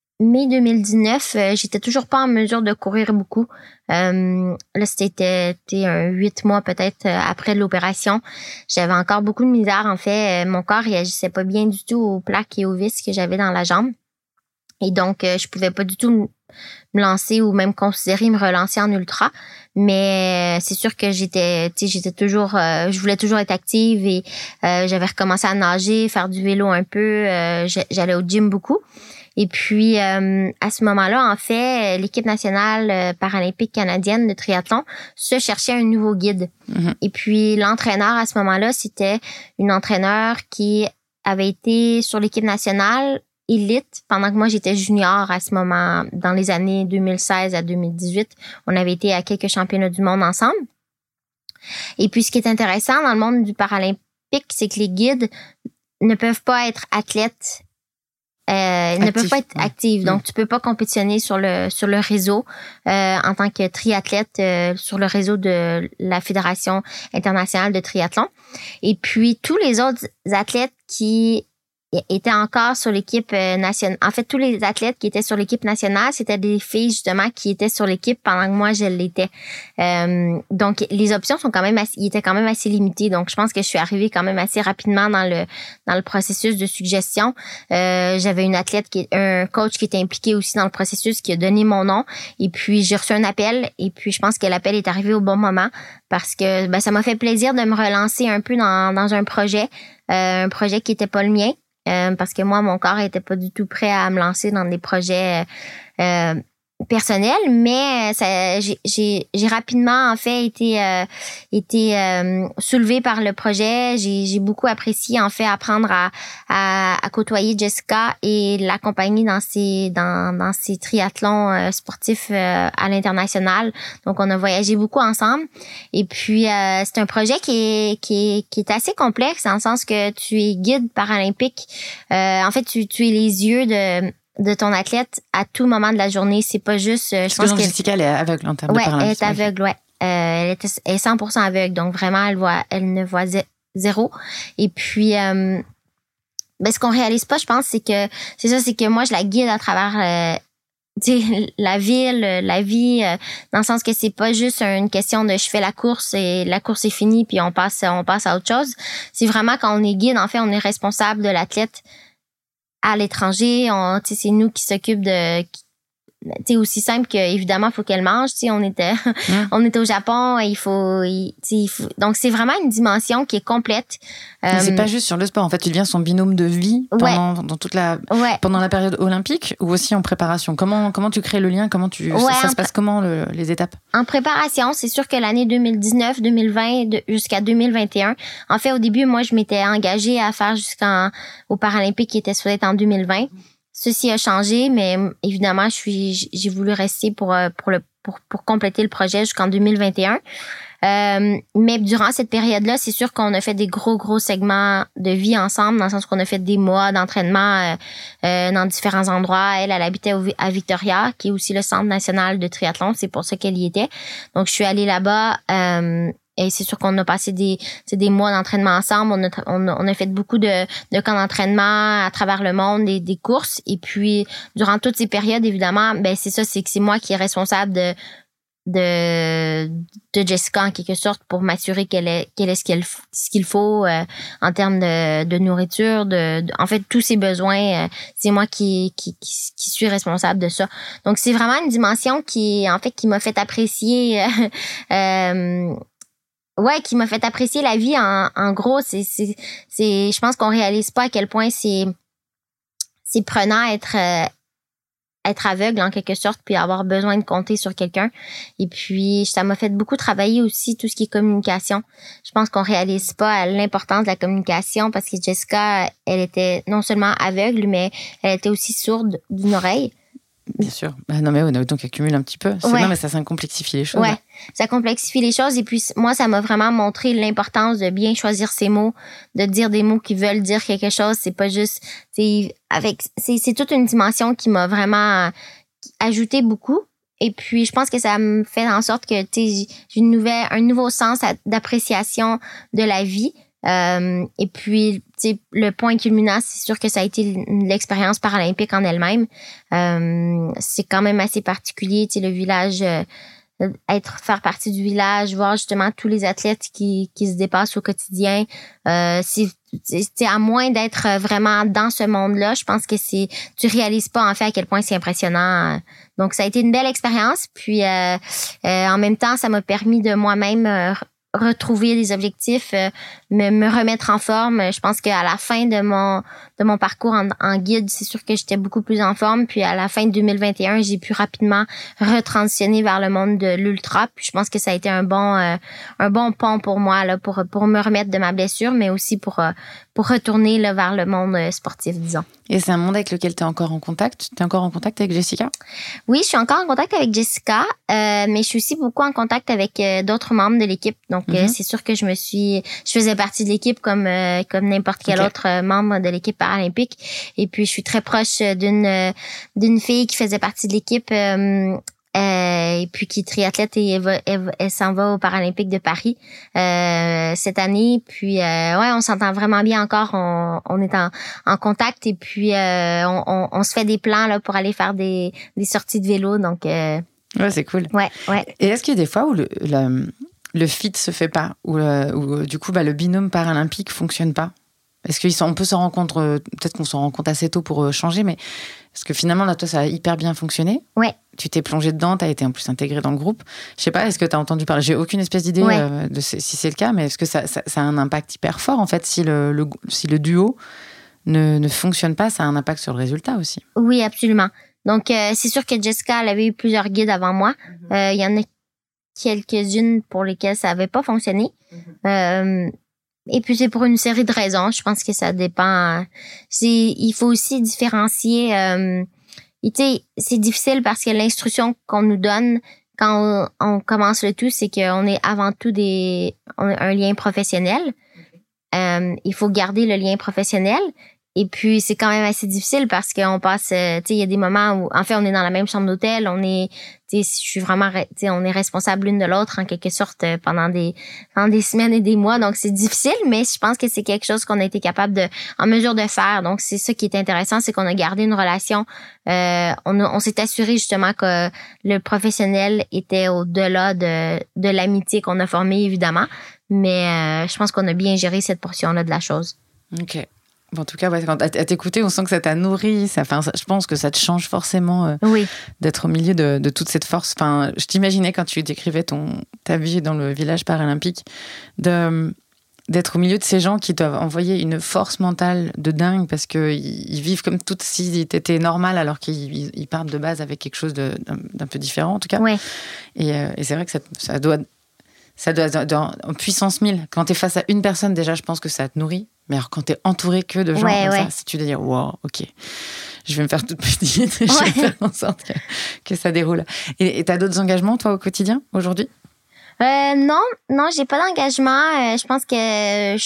Speaker 1: 2019, j'étais toujours pas en mesure de courir beaucoup. Là, c'était 8 mois peut-être après l'opération. J'avais encore beaucoup de misère. En fait, mon corps réagissait pas bien du tout aux plaques et aux vis que j'avais dans la jambe. Et donc, je pouvais pas du tout me lancer ou même considérer me relancer en ultra. Mais c'est sûr que j'étais toujours, je voulais toujours être active et j'avais recommencé à nager, faire du vélo un peu. J'allais au gym beaucoup. Et puis, à ce moment-là, en fait, l'équipe nationale paralympique canadienne de triathlon se cherchait un nouveau guide. Mm-hmm. Et puis, l'entraîneur à ce moment-là, c'était une entraîneur qui avait été sur l'équipe nationale élite pendant que moi j'étais junior à ce moment, dans les années 2016 à 2018. On avait été à quelques championnats du monde ensemble. Et puis ce qui est intéressant dans le monde du paralympique, paralympique, c'est que les guides ne peuvent pas être athlètes. Ne peuvent pas être actifs. Donc, tu peux pas compétitionner sur le réseau en tant que triathlète sur le réseau de la Fédération internationale de triathlon. Et puis, tous les autres athlètes qui étaient encore sur l'équipe nationale. En fait, tous les athlètes qui étaient sur l'équipe nationale, c'était des filles justement qui étaient sur l'équipe pendant que moi je l'étais. Donc les options sont ils étaient quand même assez limitées. Donc je pense que je suis arrivée quand même assez rapidement dans le processus de suggestion. J'avais un coach qui était impliqué aussi dans le processus, qui a donné mon nom. Et puis j'ai reçu un appel. Et puis je pense que l'appel est arrivé au bon moment parce que ça m'a fait plaisir de me relancer un peu dans un projet qui était pas le mien. Parce que moi, mon corps était pas du tout prêt à me lancer dans des projets personnels, mais j'ai rapidement en fait été soulevée par le projet. J'ai beaucoup apprécié en fait apprendre à côtoyer Jessica et l'accompagner dans ses triathlons sportifs à l'international. Donc on a voyagé beaucoup ensemble et puis c'est un projet qui est assez complexe dans le sens que tu es guide paralympique. En fait tu es les yeux de ton athlète à tout moment de la journée. C'est pas juste...
Speaker 2: je pense que Jessica, elle est aveugle en termes de paralympisme.
Speaker 1: Elle est aveugle, ouais. Elle est 100% aveugle. Donc, vraiment, elle ne voit zéro. Et puis, ce qu'on réalise pas, je pense, c'est que moi, je la guide à travers... la ville, la vie, dans le sens que c'est pas juste une question de je fais la course et la course est finie puis on passe à autre chose. C'est vraiment quand on est guide, en fait, on est responsable de l'athlète à l'étranger. C'est nous qui s'occupent de... aussi simple que évidemment faut qu'elle mange. On était au Japon, il faut donc c'est vraiment une dimension qui est complète.
Speaker 2: Mais c'est pas juste sur le sport, en fait tu deviens son binôme de vie pendant la période olympique ou aussi en préparation. Comment tu crées le lien, ça se passe comment les étapes?
Speaker 1: En préparation, c'est sûr que l'année 2019, 2020 jusqu'à 2021, en fait au début moi je m'étais engagée à faire jusqu'au Paralympique qui était supposé être en 2020. Ceci a changé, mais évidemment, j'ai voulu rester pour compléter le projet jusqu'en 2021. Mais durant cette période-là, c'est sûr qu'on a fait des gros segments de vie ensemble, dans le sens qu'on a fait des mois d'entraînement dans différents endroits. Elle habitait à Victoria, qui est aussi le Centre national de triathlon. C'est pour ça qu'elle y était. Donc, je suis allée là-bas. Et c'est sûr qu'on a passé des mois d'entraînement ensemble. On a fait beaucoup de camps d'entraînement à travers le monde, des courses. Et puis, durant toutes ces périodes, évidemment, c'est que c'est moi qui est responsable de Jessica, en quelque sorte, pour m'assurer qu'elle ait ce qu'il faut en termes de nourriture, en fait, tous ses besoins. C'est moi qui suis responsable de ça. Donc, c'est vraiment une dimension qui m'a fait apprécier... qui m'a fait apprécier la vie en gros. Je pense qu'on réalise pas à quel point c'est prenant être aveugle en quelque sorte puis avoir besoin de compter sur quelqu'un. Et puis ça m'a fait beaucoup travailler aussi tout ce qui est communication. Je pense qu'on réalise pas l'importance de la communication parce que Jessica, elle était non seulement aveugle mais elle était aussi sourde d'une oreille.
Speaker 2: Bien sûr. Non, mais donc elle cumule un petit peu. Non, mais ça complexifie les choses.
Speaker 1: Ouais, ça complexifie les choses. Et puis, moi, ça m'a vraiment montré l'importance de bien choisir ses mots, de dire des mots qui veulent dire quelque chose. C'est pas juste... c'est toute une dimension qui m'a vraiment ajouté beaucoup. Et puis, je pense que ça me fait en sorte que j'ai un nouveau sens d'appréciation de la vie. Et puis, le point culminant, c'est sûr que ça a été l'expérience paralympique en elle-même. C'est quand même assez particulier, le village, faire partie du village, voir justement tous les athlètes qui se dépassent au quotidien. C'est à moins d'être vraiment dans ce monde-là, je pense que tu réalises pas en fait à quel point c'est impressionnant. Donc, ça a été une belle expérience. Puis, en même temps, ça m'a permis de moi-même retrouver des objectifs, me remettre en forme. Je pense qu'à la fin de mon parcours en guide, c'est sûr que j'étais beaucoup plus en forme. Puis à la fin de 2021, j'ai pu rapidement retransitionner vers le monde de l'ultra. Puis je pense que ça a été un bon pont pour moi là, pour me remettre de ma blessure, mais aussi pour pour retourner là, vers le monde sportif, disons.
Speaker 2: Et c'est un monde avec lequel tu es encore en contact? Tu es encore en contact avec Jessica?
Speaker 1: Oui, je suis encore en contact avec Jessica, mais je suis aussi beaucoup en contact avec d'autres membres de l'équipe. Donc, c'est sûr que je faisais partie de l'équipe comme n'importe quel autre membre de l'équipe paralympique. Et puis, je suis très proche d'une fille qui faisait partie de l'équipe, et puis qui est triathlète et elle s'en va aux Paralympiques de Paris cette année. Puis on s'entend vraiment bien encore. On est en contact et puis on se fait des plans là pour aller faire des sorties de vélo. Donc
Speaker 2: ouais, c'est cool.
Speaker 1: Ouais.
Speaker 2: Et est-ce qu'il y a des fois où le fit se fait pas, ou du coup le binôme paralympique fonctionne pas? Est-ce qu'on peut s'en rendre compte, peut-être qu'on s'en rend compte assez tôt pour changer, mais est-ce que finalement, là, toi, ça a hyper bien fonctionné?
Speaker 1: Ouais.
Speaker 2: Tu t'es plongée dedans, tu as été en plus intégrée dans le groupe. Je sais pas, est-ce que tu as entendu parler? J'ai aucune espèce d'idée de si c'est le cas, mais est-ce que ça a un impact hyper fort, en fait, si le duo ne fonctionne pas, ça a un impact sur le résultat aussi? Oui,
Speaker 1: absolument. Donc, c'est sûr que Jessica, elle avait eu plusieurs guides avant moi. Il y en a quelques-unes pour lesquelles ça n'avait pas fonctionné. Et puis, c'est pour une série de raisons. Je pense que ça dépend. Il faut aussi différencier. C'est difficile parce que l'instruction qu'on nous donne quand on commence le tout, c'est qu'on est avant tout un lien professionnel. Il faut garder le lien professionnel. Et puis, c'est quand même assez difficile parce qu'on passe, il y a des moments où, en fait, on est dans la même chambre d'hôtel, je suis vraiment, on est responsable l'une de l'autre, en quelque sorte, pendant des semaines et des mois. Donc, c'est difficile, mais je pense que c'est quelque chose qu'on a été capable en mesure de faire. Donc, c'est ça qui est intéressant, c'est qu'on a gardé une relation. On s'est assuré, justement, que le professionnel était au-delà de l'amitié qu'on a formée, évidemment. Mais, je pense qu'on a bien géré cette portion-là de la chose.
Speaker 2: OK. En tout cas, à t'écouter, on sent que ça t'a nourri. Je pense que ça te change forcément d'être au milieu de toute cette force. Enfin, je t'imaginais quand tu décrivais ta vie dans le village paralympique, d'être au milieu de ces gens qui doivent envoyer une force mentale de dingue parce qu'ils vivent comme tout s'ils étaient normal alors qu'ils partent de base avec quelque chose d'un peu différent, en tout cas.
Speaker 1: Ouais.
Speaker 2: Et c'est vrai que ça doit en puissance 1000. Quand t'es face à une personne, déjà, je pense que ça te nourrit. Mais alors, quand t'es entouré que de gens comme ça, si tu dois dire, wow, ok, je vais me faire toute petite, je vais faire en sorte que ça déroule. Et t'as d'autres engagements, toi, au quotidien, aujourd'hui?
Speaker 1: Non, j'ai pas d'engagement. Je pense que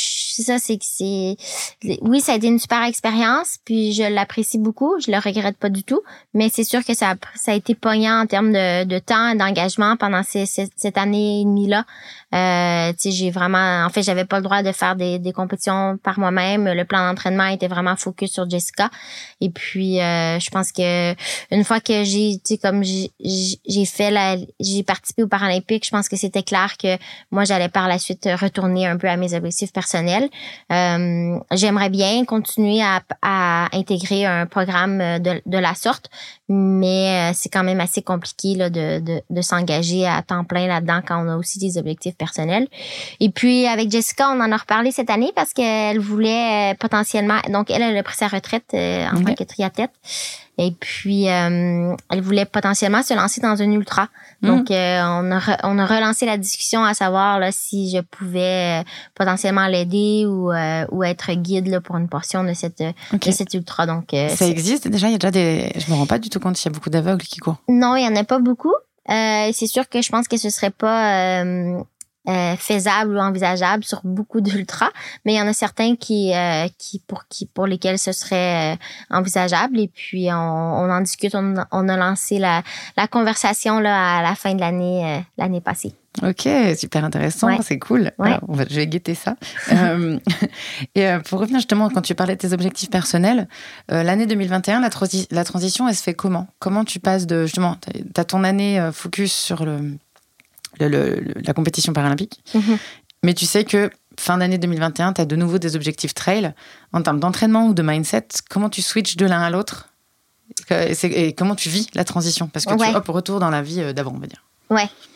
Speaker 1: oui, ça a été une super expérience, puis je l'apprécie beaucoup, je le regrette pas du tout, mais c'est sûr que ça a été poignant en termes de temps et d'engagement pendant cette année et demie là. J'ai vraiment, en fait, j'avais pas le droit de faire des compétitions par moi-même. Le plan d'entraînement était vraiment focus sur Jessica. Et puis, je pense que une fois que j'ai participé aux Paralympiques, je pense que c'était clair que moi, j'allais par la suite retourner un peu à mes objectifs personnels. J'aimerais bien continuer à intégrer un programme de la sorte, mais c'est quand même assez compliqué là, de s'engager à temps plein là-dedans quand on a aussi des objectifs personnels. Et puis, avec Jessica, on en a reparlé cette année parce qu'elle voulait potentiellement... Donc, elle a pris sa retraite en tant que triathlète. Et puis, elle voulait potentiellement se lancer dans un ultra. Donc, on a relancé la discussion à savoir là, si je pouvais potentiellement l'aider ou être guide là, pour une portion de cet ultra. Donc,
Speaker 2: ça existe déjà? Il y a déjà je me rends pas du tout compte s'il y a beaucoup d'aveugles qui courent.
Speaker 1: Non, il y en a pas beaucoup. C'est sûr que je pense que ce serait pas faisable ou envisageable sur beaucoup d'ultras, mais il y en a certains pour lesquels ce serait envisageable. Et puis on en discute, on a lancé la conversation là à la fin de l'année passée.
Speaker 2: Ok, super intéressant, c'est cool.
Speaker 1: Ouais.
Speaker 2: Alors, je vais guetter ça. Et pour revenir justement, quand tu parlais de tes objectifs personnels, l'année 2021, la transition, elle se fait comment? Comment tu passes de, justement, t'as ton année focus sur la compétition paralympique, mais tu sais que fin d'année 2021, tu as de nouveau des objectifs trail. En termes d'entraînement ou de mindset, comment tu switches de l'un à l'autre et comment tu vis la transition? Parce que tu retournes dans la vie d'avant, on va dire.
Speaker 1: Ouais.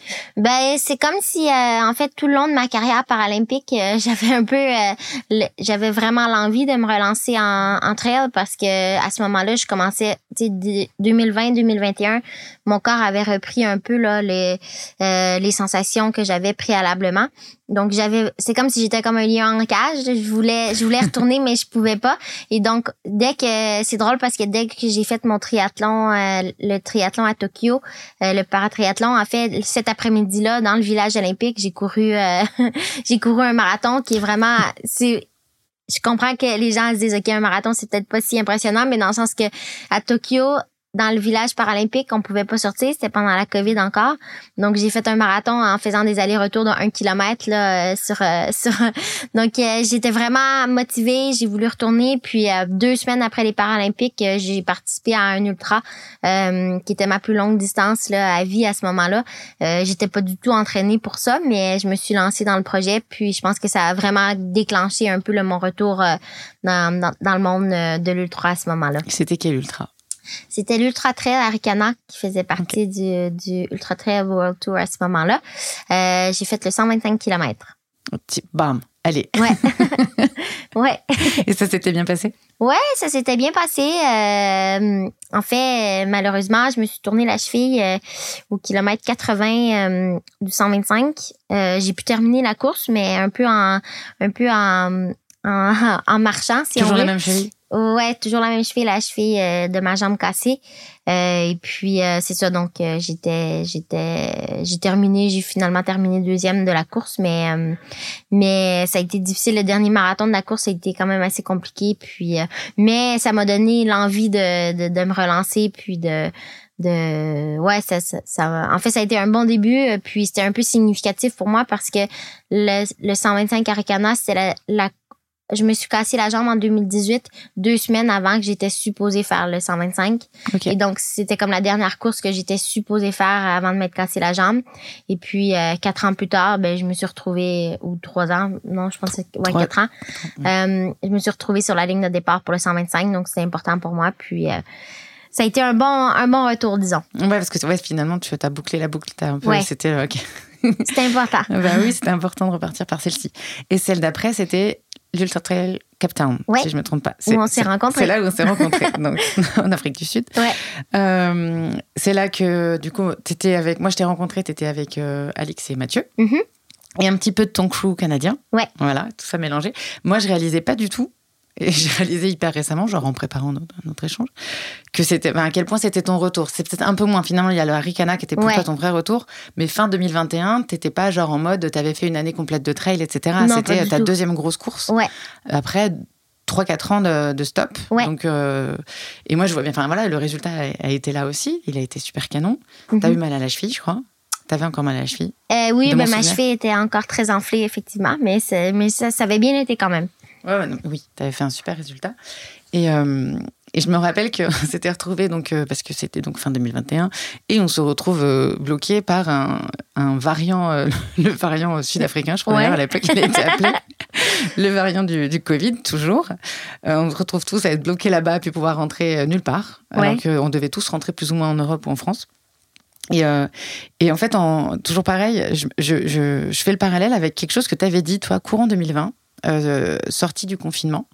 Speaker 1: Ben, c'est comme si, en fait, tout le long de ma carrière paralympique, j'avais un peu, j'avais vraiment l'envie de me relancer en trail parce que à ce moment-là, je commençais, tu sais, 2020-2021, mon corps avait repris un peu là les sensations que j'avais préalablement. Donc c'est comme si j'étais comme un lion en cage. Je voulais retourner, mais je pouvais pas. Et donc, c'est drôle parce que dès que j'ai fait mon triathlon, le triathlon à Tokyo, le paratriathlon, en fait, cet après-midi-là, dans le village olympique, j'ai couru un marathon qui est vraiment, je comprends que les gens se disent, OK, un marathon, c'est peut-être pas si impressionnant, mais dans le sens que à Tokyo, dans le village paralympique, on pouvait pas sortir, c'était pendant la COVID encore. Donc j'ai fait un marathon en faisant des allers-retours de 1 kilomètre là donc j'étais vraiment motivée, j'ai voulu retourner, puis 2 semaines après les Paralympiques, j'ai participé à un ultra qui était ma plus longue distance là à vie à ce moment-là. J'étais pas du tout entraînée pour ça, mais je me suis lancée dans le projet, puis je pense que ça a vraiment déclenché un peu là, mon retour dans le monde de l'ultra à ce moment-là.
Speaker 2: C'était quel ultra?
Speaker 1: C'était l'Ultra Trail Arikana qui faisait partie du Ultra Trail World Tour à ce moment-là. J'ai fait le 125 km.
Speaker 2: Bam, allez.
Speaker 1: Ouais. Ouais.
Speaker 2: Et ça s'était bien passé?
Speaker 1: Ouais, ça s'était bien passé. En fait, malheureusement, je me suis tourné la cheville au kilomètre 80 du 125. J'ai pu terminer la course, mais un peu en marchant, si
Speaker 2: Toujours
Speaker 1: on veut.
Speaker 2: la même cheville?
Speaker 1: Ouais, toujours la même cheville, la cheville de ma jambe cassée. Et puis c'est ça, donc j'ai finalement terminé deuxième de la course, mais ça a été difficile. Le dernier marathon de la course a été quand même assez compliqué, puis mais ça m'a donné l'envie de me relancer, puis ouais, ça en fait ça a été un bon début, puis c'était un peu significatif pour moi parce que le 125 Arikana, c'était je me suis cassé la jambe en 2018, 2 semaines avant que j'étais supposée faire le 125. Okay. Et donc, c'était comme la dernière course que j'étais supposée faire avant de m'être cassé la jambe. Et puis, 4 ans plus tard, je me suis retrouvée, ou 3 ans, non, je pense que c'est, 4 ans. Je me suis retrouvée sur la ligne de départ pour le 125, donc c'était important pour moi. Puis, ça a été un bon retour, disons.
Speaker 2: Ouais, parce que finalement, tu as bouclé la boucle. C'était OK.
Speaker 1: C'était important.
Speaker 2: Oui, c'était important de repartir par celle-ci. Et celle d'après, c'était l'Ultra Trail Cape Town, si je me trompe pas.
Speaker 1: Où on s'est rencontrés.
Speaker 2: C'est là où on s'est rencontrés, donc en Afrique du Sud.
Speaker 1: Ouais.
Speaker 2: C'est là que, du coup, moi je t'ai rencontré, t'étais avec Alix et Mathieu. Mm-hmm. Et un petit peu de ton crew canadien.
Speaker 1: Ouais.
Speaker 2: Voilà, tout ça mélangé. Moi, je réalisais pas du tout. Et j'ai réalisé hyper récemment, genre en préparant notre échange, que c'était, à quel point c'était ton retour. C'est peut-être un peu moins. Finalement, il y a le Arikana qui était pour toi ton vrai retour. Mais fin 2021, t'étais pas genre en mode, t'avais fait une année complète de trail, etc.
Speaker 1: Non,
Speaker 2: c'était ta deuxième grosse course.
Speaker 1: Ouais.
Speaker 2: Après 3-4 ans de stop.
Speaker 1: Ouais.
Speaker 2: Donc, et moi, je vois bien, le résultat a été là aussi. Il a été super canon. Mm-hmm. T'as eu mal à la cheville, je crois. T'avais encore mal à la cheville.
Speaker 1: Oui, ma cheville était encore très enflée, effectivement. Mais ça avait bien été quand même.
Speaker 2: Oui, tu avais fait un super résultat. Et je me rappelle qu'on s'était retrouvés, parce que c'était donc fin 2021, et on se retrouve bloqué par un variant, le variant sud-africain, je crois d'ailleurs, à l'époque, il a été appelé le variant du Covid, toujours. On se retrouve tous à être bloqués là-bas, puis pouvoir rentrer nulle part, alors qu'on devait tous rentrer plus ou moins en Europe ou en France. Et en fait, toujours pareil, je fais le parallèle avec quelque chose que tu avais dit, toi, courant 2020, sortie du confinement.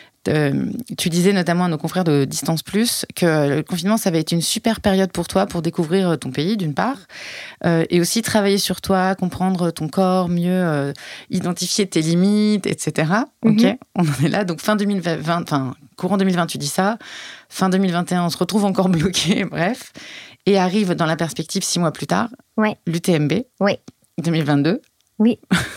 Speaker 2: Tu disais notamment à nos confrères de Distance Plus que le confinement, ça avait été une super période pour toi pour découvrir ton pays, d'une part, et aussi travailler sur toi, comprendre ton corps, mieux identifier tes limites, etc. Mm-hmm. Ok, on en est là. Donc courant 2020, tu dis ça. Fin 2021, on se retrouve encore bloqué, bref. Et arrive dans la perspective 6 mois plus tard, l'UTMB, 2022.
Speaker 1: Oui.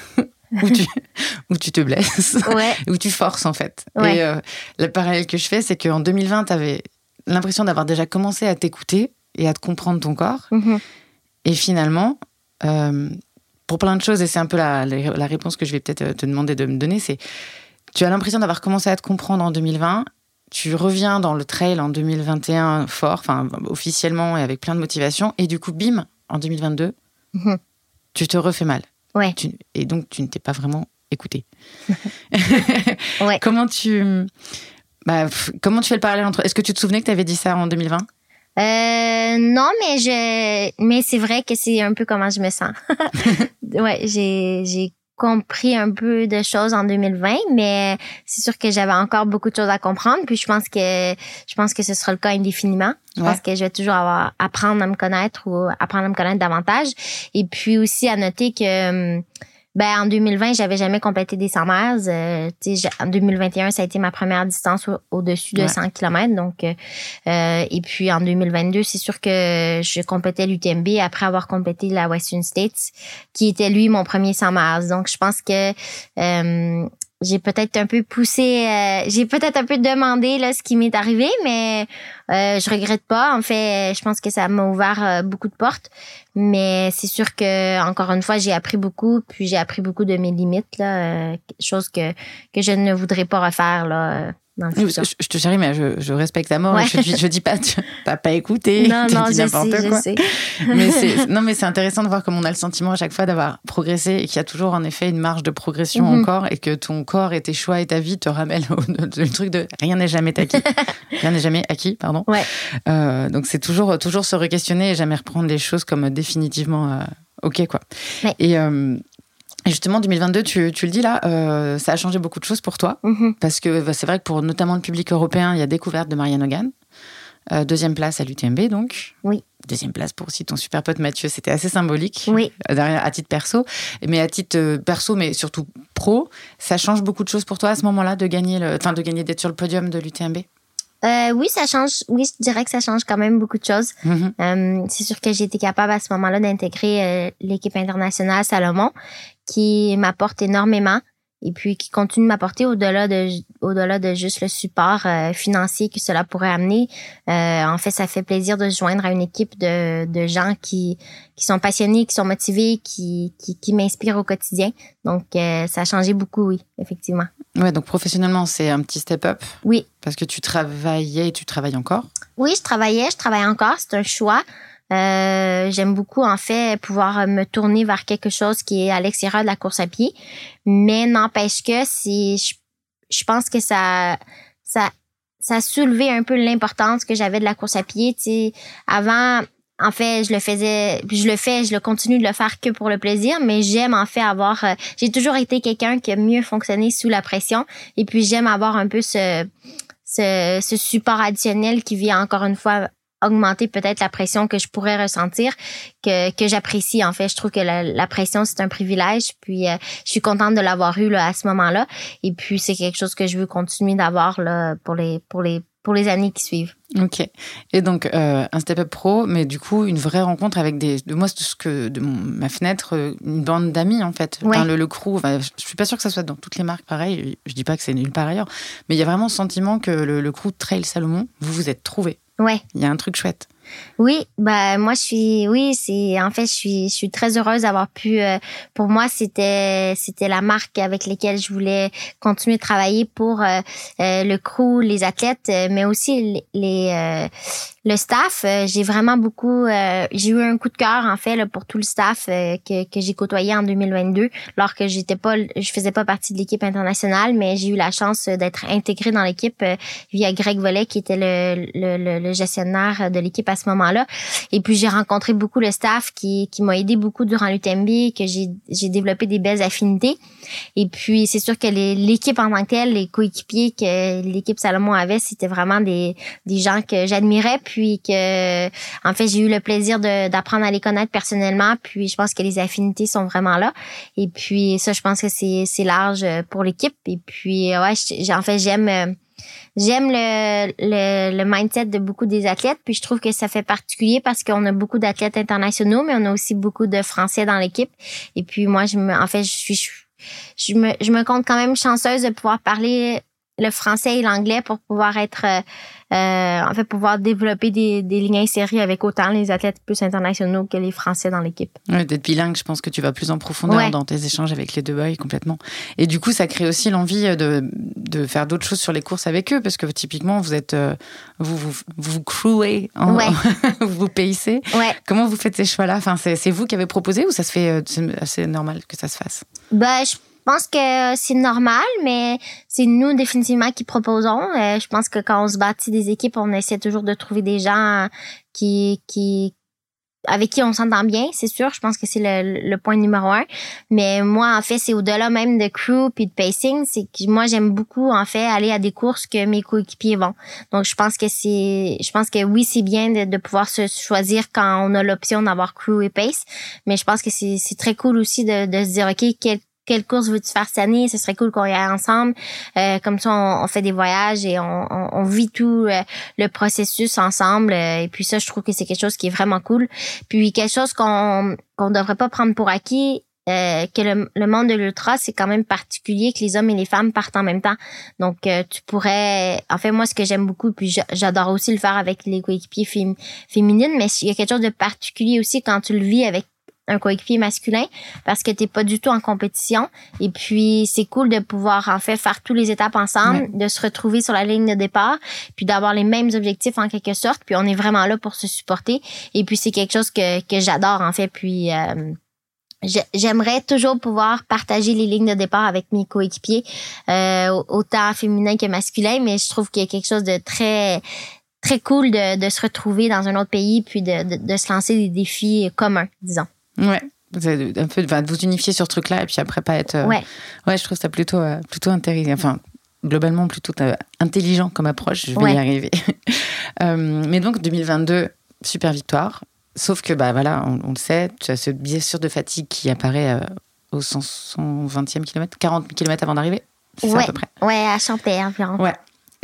Speaker 2: où tu te blesses, où tu forces en fait. Ouais. Et le parallèle que je fais, c'est qu'en 2020, tu avais l'impression d'avoir déjà commencé à t'écouter et à te comprendre ton corps. Mm-hmm. Et finalement, pour plein de choses, et c'est un peu la réponse que je vais peut-être te demander de me donner, c'est tu as l'impression d'avoir commencé à te comprendre en 2020, tu reviens dans le trail en 2021 fort, officiellement et avec plein de motivation, et du coup, bim, en 2022, tu te refais mal.
Speaker 1: Ouais.
Speaker 2: Et donc, tu ne t'es pas vraiment écouté.
Speaker 1: Ouais.
Speaker 2: Comment tu fais le parallèle entre... Est-ce que tu te souvenais que tu avais dit ça en 2020 ?
Speaker 1: Non, mais c'est vrai que c'est un peu comment je me sens. Ouais, j'ai compris un peu de choses en 2020, mais c'est sûr que j'avais encore beaucoup de choses à comprendre. Puis je pense que ce sera le cas indéfiniment. Je pense que je vais toujours apprendre à me connaître ou apprendre à me connaître davantage. Et puis aussi à noter que en 2020, j'avais jamais complété des 100 miles. En 2021, ça a été ma première distance au-dessus de 100 km. Donc, et puis en 2022, c'est sûr que je complétais l'UTMB après avoir complété la Western States, qui était lui mon premier 100 miles. Donc, je pense que j'ai peut-être un peu poussé, j'ai peut-être un peu demandé là ce qui m'est arrivé, mais je regrette pas. En fait, je pense que ça m'a ouvert beaucoup de portes. Mais c'est sûr que encore une fois, j'ai appris beaucoup, puis j'ai appris beaucoup de mes limites là, chose que je ne voudrais pas refaire là.
Speaker 2: Je te chéris, mais je respecte ta mort. Ouais. Je dis pas, tu n'as pas écouté.
Speaker 1: Non, je sais.
Speaker 2: Mais c'est intéressant de voir comme on a le sentiment à chaque fois d'avoir progressé et qu'il y a toujours en effet une marge de progression encore et que ton corps et tes choix et ta vie te ramènent le truc de rien n'est jamais acquis. Rien n'est jamais acquis, pardon.
Speaker 1: Ouais.
Speaker 2: Donc c'est toujours se re-questionner et jamais reprendre les choses comme définitivement OK, quoi. Ouais. Et justement, 2022, tu le dis là, ça a changé beaucoup de choses pour toi. Parce que c'est vrai que pour notamment le public européen, il y a découverte de Marianne Hogan. Deuxième place à l'UTMB, donc.
Speaker 1: Oui.
Speaker 2: Deuxième place pour aussi ton super pote Mathieu. C'était assez symbolique.
Speaker 1: Oui.
Speaker 2: À titre perso. Mais à titre perso, mais surtout pro, ça change beaucoup de choses pour toi à ce moment-là de gagner d'être sur le podium de l'UTMB?
Speaker 1: Oui, ça change. Oui, je dirais que ça change quand même beaucoup de choses. C'est sûr que j'ai été capable à ce moment-là d'intégrer l'équipe internationale Salomon, qui m'apporte énormément et puis qui continue de m'apporter au-delà de juste le support financier que cela pourrait amener. En fait, ça fait plaisir de se joindre à une équipe de gens qui sont passionnés, qui sont motivés, qui m'inspirent au quotidien. Donc, ça a changé beaucoup, oui, effectivement.
Speaker 2: Ouais, donc professionnellement, c'est un petit step-up.
Speaker 1: Oui.
Speaker 2: Parce que tu travaillais et tu travailles encore.
Speaker 1: Oui, je travaille encore. C'est un choix. J'aime beaucoup, en fait, pouvoir me tourner vers quelque chose qui est à l'extérieur de la course à pied. Mais n'empêche que je pense que ça a soulevé un peu l'importance que j'avais de la course à pied. Tu sais, avant, en fait, je le continue de le faire que pour le plaisir, mais j'aime en fait j'ai toujours été quelqu'un qui a mieux fonctionné sous la pression. Et puis, j'aime avoir un peu ce support additionnel qui vient encore une fois augmenter peut-être la pression que je pourrais ressentir, que j'apprécie. En fait, je trouve que la pression, c'est un privilège. Puis, je suis contente de l'avoir eu là, à ce moment-là. Et puis, c'est quelque chose que je veux continuer d'avoir là, pour les années qui suivent.
Speaker 2: Ok. Et donc, un step-up pro, mais du coup, une vraie rencontre avec ma fenêtre, une bande d'amis, en fait.
Speaker 1: Ouais.
Speaker 2: Enfin, le crew, je suis pas sûre que ça soit dans toutes les marques pareil. Je dis pas que c'est nulle part ailleurs. Mais il y a vraiment le sentiment que le crew Trail Salomon, vous vous êtes trouvés.
Speaker 1: Ouais.
Speaker 2: Il y a un truc chouette.
Speaker 1: Oui, moi je suis très heureuse d'avoir pu pour moi c'était la marque avec laquelle je voulais continuer de travailler pour le crew, les athlètes, mais aussi le staff. J'ai vraiment beaucoup j'ai eu un coup de cœur en fait là, pour tout le staff que j'ai côtoyé en 2022 alors que je faisais pas partie de l'équipe internationale, mais j'ai eu la chance d'être intégrée dans l'équipe via Greg Vollet qui était le gestionnaire de l'équipe à ce moment-là. Et puis j'ai rencontré beaucoup le staff qui m'a aidé beaucoup durant l'UTMB, que j'ai développé des belles affinités. Et puis c'est sûr que l'équipe en tant que telle, les coéquipiers que l'équipe Salomon avait, c'était vraiment des gens que j'admirais, puis que en fait j'ai eu le plaisir d'apprendre à les connaître personnellement. Puis je pense que les affinités sont vraiment là. Et puis ça, je pense que c'est large pour l'équipe. Et puis j'aime le mindset de beaucoup des athlètes, puis je trouve que ça fait particulier parce qu'on a beaucoup d'athlètes internationaux, mais on a aussi beaucoup de Français dans l'équipe. Et puis moi, je me compte quand même chanceuse de pouvoir parler le français et l'anglais pour pouvoir être pouvoir développer des liens insérés avec autant les athlètes plus internationaux que les Français dans l'équipe.
Speaker 2: Ouais, d'être bilingue, je pense que tu vas plus en profondeur dans tes échanges avec les deux boys complètement. Et du coup, ça crée aussi l'envie de faire d'autres choses sur les courses avec eux, parce que typiquement, vous êtes vous crewez, vous payez.
Speaker 1: Ouais.
Speaker 2: Comment vous faites ces choix-là? Enfin, c'est vous qui avez proposé ou ça se fait, c'est assez normal que ça se fasse?
Speaker 1: Je pense que c'est normal, mais c'est nous définitivement qui proposons. Je pense que quand on se bâtit des équipes, on essaie toujours de trouver des gens avec qui on s'entend bien, c'est sûr. Je pense que c'est le point numéro 1. Mais moi, en fait, c'est au-delà même de crew puis de pacing. C'est que moi, j'aime beaucoup, en fait, aller à des courses que mes coéquipiers vont. Donc, je pense que oui, c'est bien de pouvoir se choisir quand on a l'option d'avoir crew et pace. Mais je pense que c'est très cool aussi de se dire, OK, quelle course veux-tu faire cette année? Ce serait cool qu'on y aille ensemble. Comme ça, on fait des voyages et on vit tout le processus ensemble. Et puis ça, je trouve que c'est quelque chose qui est vraiment cool. Puis quelque chose qu'on devrait pas prendre pour acquis, que le monde de l'ultra, c'est quand même particulier que les hommes et les femmes partent en même temps. Donc, tu pourrais... En fait, moi, ce que j'aime beaucoup, puis j'adore aussi le faire avec les coéquipiers féminines, mais il y a quelque chose de particulier aussi quand tu le vis avec un coéquipier masculin parce que t'es pas du tout en compétition et puis c'est cool de pouvoir en fait faire toutes les étapes ensemble, de se retrouver sur la ligne de départ puis d'avoir les mêmes objectifs en quelque sorte puis on est vraiment là pour se supporter et puis c'est quelque chose que j'adore en fait puis j'aimerais toujours pouvoir partager les lignes de départ avec mes coéquipiers autant féminin que masculin mais je trouve qu'il y a quelque chose de très très cool de se retrouver dans un autre pays puis de se lancer des défis communs disons.
Speaker 2: Ouais, un peu de vous unifier sur ce truc-là et puis après pas être... Ouais, je trouve ça plutôt intéressant. Enfin, globalement, plutôt intelligent comme approche. Je vais y arriver. Mais donc, 2022, super victoire. Sauf que, voilà, on le sait, tu as ce biais sûr de fatigue qui apparaît au 120e kilomètre, 40 km avant d'arriver. C'est ça à peu près.
Speaker 1: Ouais, à Champais environ.
Speaker 2: Ouais.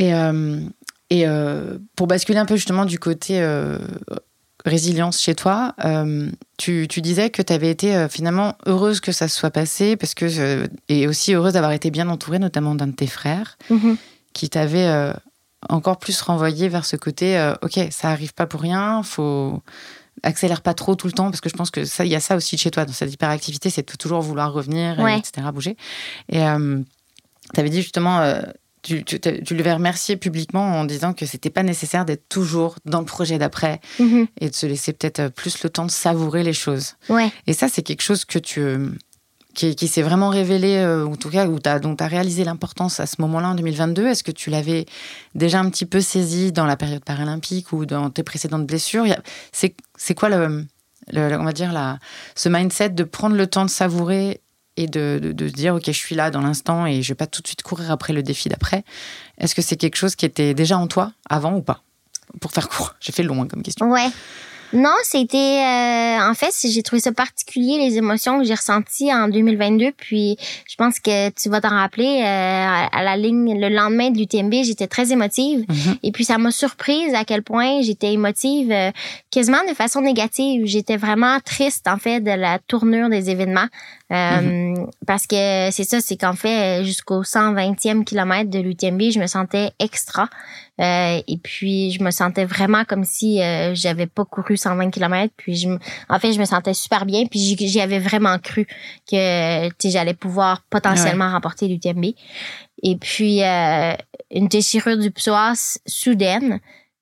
Speaker 2: Et pour basculer un peu justement du côté... résilience chez toi, tu disais que tu avais été finalement heureuse que ça se soit passé parce que et aussi heureuse d'avoir été bien entourée, notamment d'un de tes frères, qui t'avait encore plus renvoyé vers ce côté ok, ça arrive pas pour rien, faut accélère pas trop tout le temps parce que je pense que ça, il y a ça aussi chez toi dans cette hyperactivité, c'est de toujours vouloir revenir, etc., bouger. Et t'avais dit justement tu le avais remercié publiquement en disant que c'était pas nécessaire d'être toujours dans le projet d'après et de se laisser peut-être plus le temps de savourer les choses.
Speaker 1: Ouais.
Speaker 2: Et ça, c'est quelque chose que qui s'est vraiment révélé, en tout cas, dont tu as réalisé l'importance à ce moment-là, en 2022. Est-ce que tu l'avais déjà un petit peu saisi dans la période paralympique ou dans tes précédentes blessures? C'est quoi on va dire, ce mindset de prendre le temps de savourer et de se dire, ok, je suis là dans l'instant et je vais pas tout de suite courir après le défi d'après. Est-ce que c'est quelque chose qui était déjà en toi avant ou pas? Pour faire court, j'ai fait long comme question.
Speaker 1: Ouais. Non, c'était... en fait, j'ai trouvé ça particulier, les émotions que j'ai ressenties en 2022. Puis, je pense que tu vas t'en rappeler, à la ligne, le lendemain de l'UTMB, j'étais très émotive. Et puis, ça m'a surprise à quel point j'étais émotive quasiment de façon négative. J'étais vraiment triste, en fait, de la tournure des événements. Parce que c'est ça, c'est qu'en fait, jusqu'au 120e kilomètre de l'UTMB, je me sentais extra. Et puis, je me sentais vraiment comme si j'avais pas couru 120 km. Puis, en fait, je me sentais super bien. Puis, j'y avais vraiment cru que j'allais pouvoir potentiellement remporter l'UTMB. Et puis, une déchirure du psoas soudaine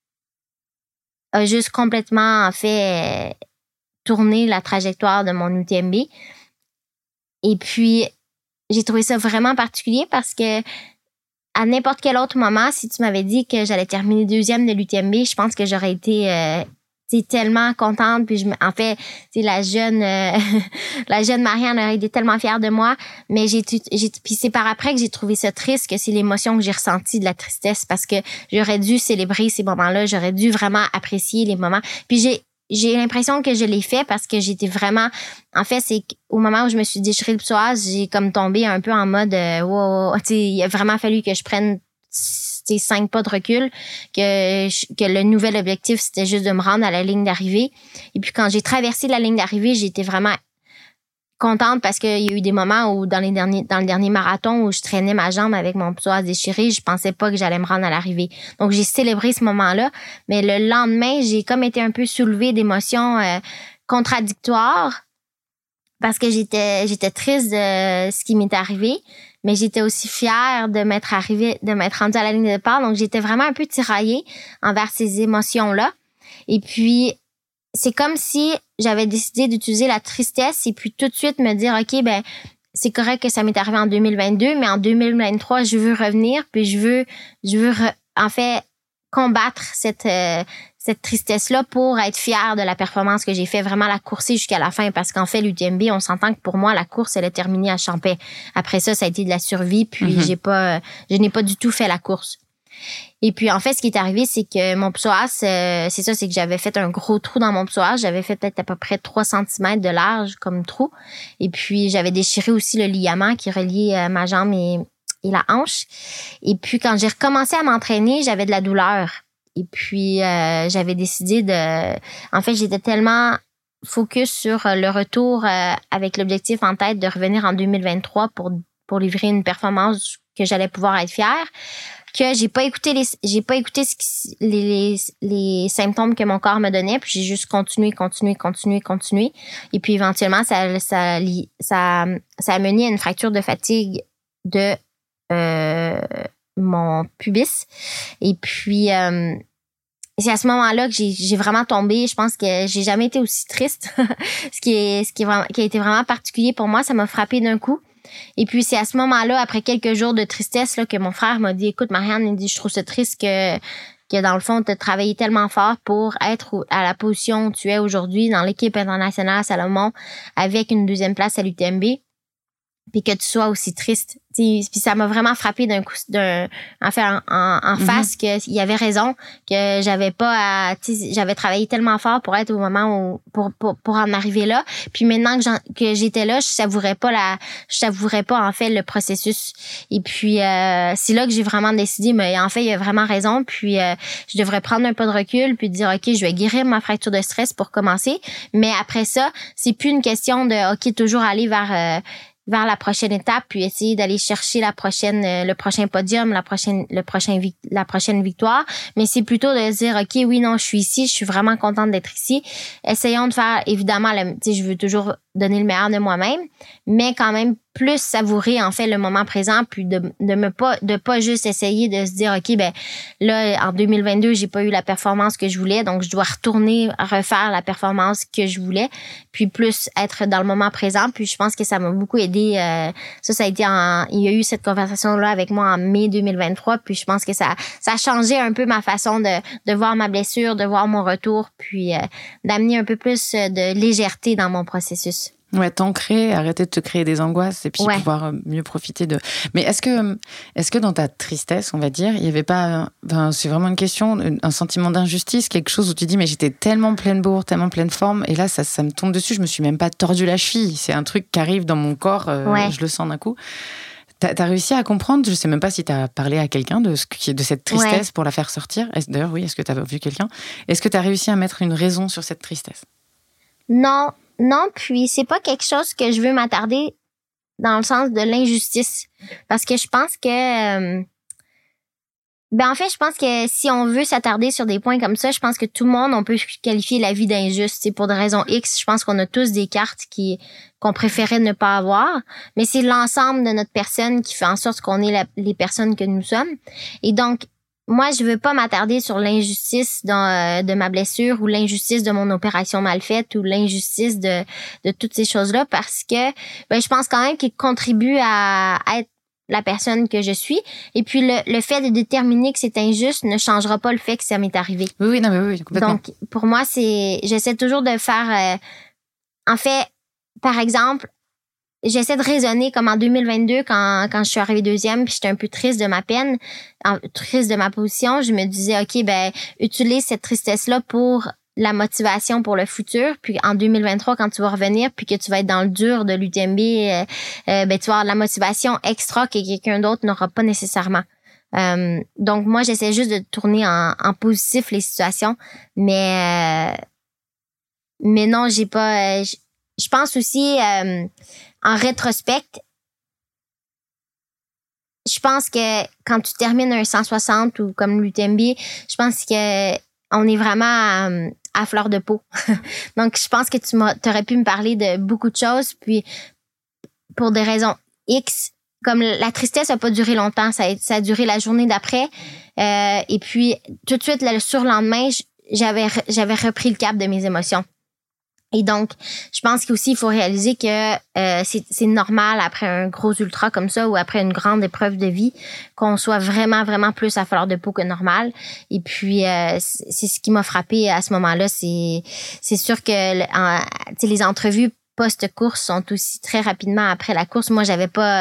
Speaker 1: a juste complètement, en fait, tourné la trajectoire de mon UTMB. Et puis, j'ai trouvé ça vraiment particulier parce que à n'importe quel autre moment, si tu m'avais dit que j'allais terminer 2e de l'UTMB, je pense que j'aurais été tellement contente. Puis en fait, la jeune Marianne aurait été tellement fière de moi. Mais puis c'est par après que j'ai trouvé ça triste, que c'est l'émotion que j'ai ressentie de la tristesse parce que j'aurais dû célébrer ces moments-là. J'aurais dû vraiment apprécier les moments. Puis j'ai l'impression que je l'ai fait parce que j'étais vraiment... En fait, c'est au moment où je me suis déchiré le psoas, j'ai comme tombé un peu en mode wow, il a vraiment fallu que je prenne 5 pas de recul, que le nouvel objectif, c'était juste de me rendre à la ligne d'arrivée. Et puis quand j'ai traversé la ligne d'arrivée, j'étais vraiment contente parce qu'il y a eu des moments où dans le dernier marathon où je traînais ma jambe avec mon psoas déchiré, je pensais pas que j'allais me rendre à l'arrivée. Donc j'ai célébré ce moment-là, mais le lendemain, j'ai comme été un peu soulevée d'émotions contradictoires parce que j'étais triste de ce qui m'était arrivé, mais j'étais aussi fière de m'être rendue à la ligne de départ. Donc j'étais vraiment un peu tiraillée envers ces émotions-là. Et puis c'est comme si j'avais décidé d'utiliser la tristesse et puis tout de suite me dire, OK, ben c'est correct que ça m'est arrivé en 2022, mais en 2023, je veux revenir puis je veux en fait combattre cette cette tristesse-là pour être fière de la performance que j'ai fait, vraiment la courser jusqu'à la fin. Parce qu'en fait, l'UTMB, on s'entend que pour moi, la course, elle a terminé à Champais. Après ça a été de la survie, puis je n'ai pas du tout fait la course. Et puis, en fait, ce qui est arrivé, c'est que mon psoas, c'est que j'avais fait un gros trou dans mon psoas. J'avais fait peut-être à peu près 3 cm de large comme trou. Et puis, j'avais déchiré aussi le ligament qui reliait ma jambe et la hanche. Et puis, quand j'ai recommencé à m'entraîner, j'avais de la douleur. Et puis, j'avais décidé En fait, j'étais tellement focus sur le retour avec l'objectif en tête de revenir en 2023 pour livrer une performance que j'allais pouvoir être fière, que j'ai pas écouté les symptômes que mon corps me donnait, puis j'ai juste continué. Et puis éventuellement ça a mené à une fracture de fatigue de mon pubis. Et puis c'est à ce moment-là que j'ai vraiment tombé. Je pense que j'ai jamais été aussi triste. qui a été vraiment particulier pour moi, ça m'a frappé d'un coup. Et puis, c'est à ce moment-là, après quelques jours de tristesse, là, que mon frère m'a dit, écoute, Marianne, il dit, je trouve ça triste que dans le fond, tu as travaillé tellement fort pour être à la position où tu es aujourd'hui dans l'équipe internationale Salomon avec une 2e place à l'UTMB, puis que tu sois aussi triste. Puis ça m'a vraiment frappé d'un coup, en face, qu'il y avait raison, que j'avais travaillé tellement fort pour être au moment où, pour en arriver là. Puis maintenant que j'étais là, je savourais pas en fait le processus. Et puis c'est là que j'ai vraiment décidé, mais en fait, il y a vraiment raison. Puis je devrais prendre un peu de recul puis dire OK, je vais guérir ma fracture de stress pour commencer. Mais après ça, c'est plus une question de OK, toujours aller vers la prochaine étape, puis essayer d'aller chercher le prochain podium, la prochaine victoire. Mais c'est plutôt de dire, OK, oui, non, je suis ici, je suis vraiment contente d'être ici. Essayons de faire, évidemment, je veux toujours donner le meilleur de moi-même, mais quand même plus savourer, en fait, le moment présent, puis de pas juste essayer de se dire, OK, ben, là, en 2022, j'ai pas eu la performance que je voulais, donc je dois retourner refaire la performance que je voulais, puis plus être dans le moment présent. Puis je pense que ça m'a beaucoup aidé. Ça a été il y a eu cette conversation-là avec moi en mai 2023, puis je pense que ça a changé un peu ma façon de voir ma blessure, de voir mon retour, puis d'amener un peu plus de légèreté dans mon processus.
Speaker 2: Ouais, t'ancrer, arrêter de te créer des angoisses et puis pouvoir mieux profiter de... Mais est-ce que dans ta tristesse, on va dire, il y avait pas... c'est vraiment une question, un sentiment d'injustice, quelque chose où tu dis, mais j'étais tellement pleine bourre, tellement pleine forme, et là, ça me tombe dessus, je me suis même pas tordu la cheville. C'est un truc qui arrive dans mon corps, je le sens d'un coup. T'as réussi à comprendre, je sais même pas si t'as parlé à quelqu'un de cette tristesse pour la faire sortir. D'ailleurs, oui, est-ce que t'as vu quelqu'un? Est-ce que t'as réussi à mettre une raison sur cette tristesse?
Speaker 1: Non, puis c'est pas quelque chose que je veux m'attarder dans le sens de l'injustice. Parce que je pense que... en fait, je pense que si on veut s'attarder sur des points comme ça, je pense que tout le monde, on peut qualifier la vie d'injuste. C'est pour des raisons X, je pense qu'on a tous des cartes qu'on préférait ne pas avoir. Mais c'est l'ensemble de notre personne qui fait en sorte qu'on est les personnes que nous sommes. Et donc, moi, je veux pas m'attarder sur l'injustice de ma blessure ou l'injustice de mon opération mal faite ou l'injustice de toutes ces choses-là parce que je pense quand même qu'il contribue à être la personne que je suis. Et puis, le fait de déterminer que c'est injuste ne changera pas le fait que ça m'est arrivé.
Speaker 2: Oui, complètement.
Speaker 1: Donc, pour moi, j'essaie toujours de faire, en fait, par exemple, j'essaie de raisonner comme en 2022 quand je suis arrivée 2e puis j'étais un peu triste de ma peine, triste de ma position, je me disais OK, utilise cette tristesse là pour la motivation pour le futur, puis en 2023 quand tu vas revenir puis que tu vas être dans le dur de l'UTMB, tu vas avoir de la motivation extra que quelqu'un d'autre n'aura pas nécessairement. Donc moi j'essaie juste de tourner en positif les situations, mais non, j'ai pas je pense aussi en rétrospect, je pense que quand tu termines un 160 ou comme l'UTMB, je pense que on est vraiment à fleur de peau. Donc, je pense que t'aurais pu me parler de beaucoup de choses, puis pour des raisons X, comme la tristesse n'a pas duré longtemps, ça a duré la journée d'après, et puis tout de suite, le surlendemain, j'avais repris le cap de mes émotions. Et donc, je pense qu'aussi, il faut réaliser que c'est normal après un gros ultra comme ça ou après une grande épreuve de vie qu'on soit vraiment, vraiment plus à fleur de peau que normal. Et puis, c'est ce qui m'a frappé à ce moment-là. C'est sûr que les entrevues post-course sont aussi très rapidement après la course. Moi,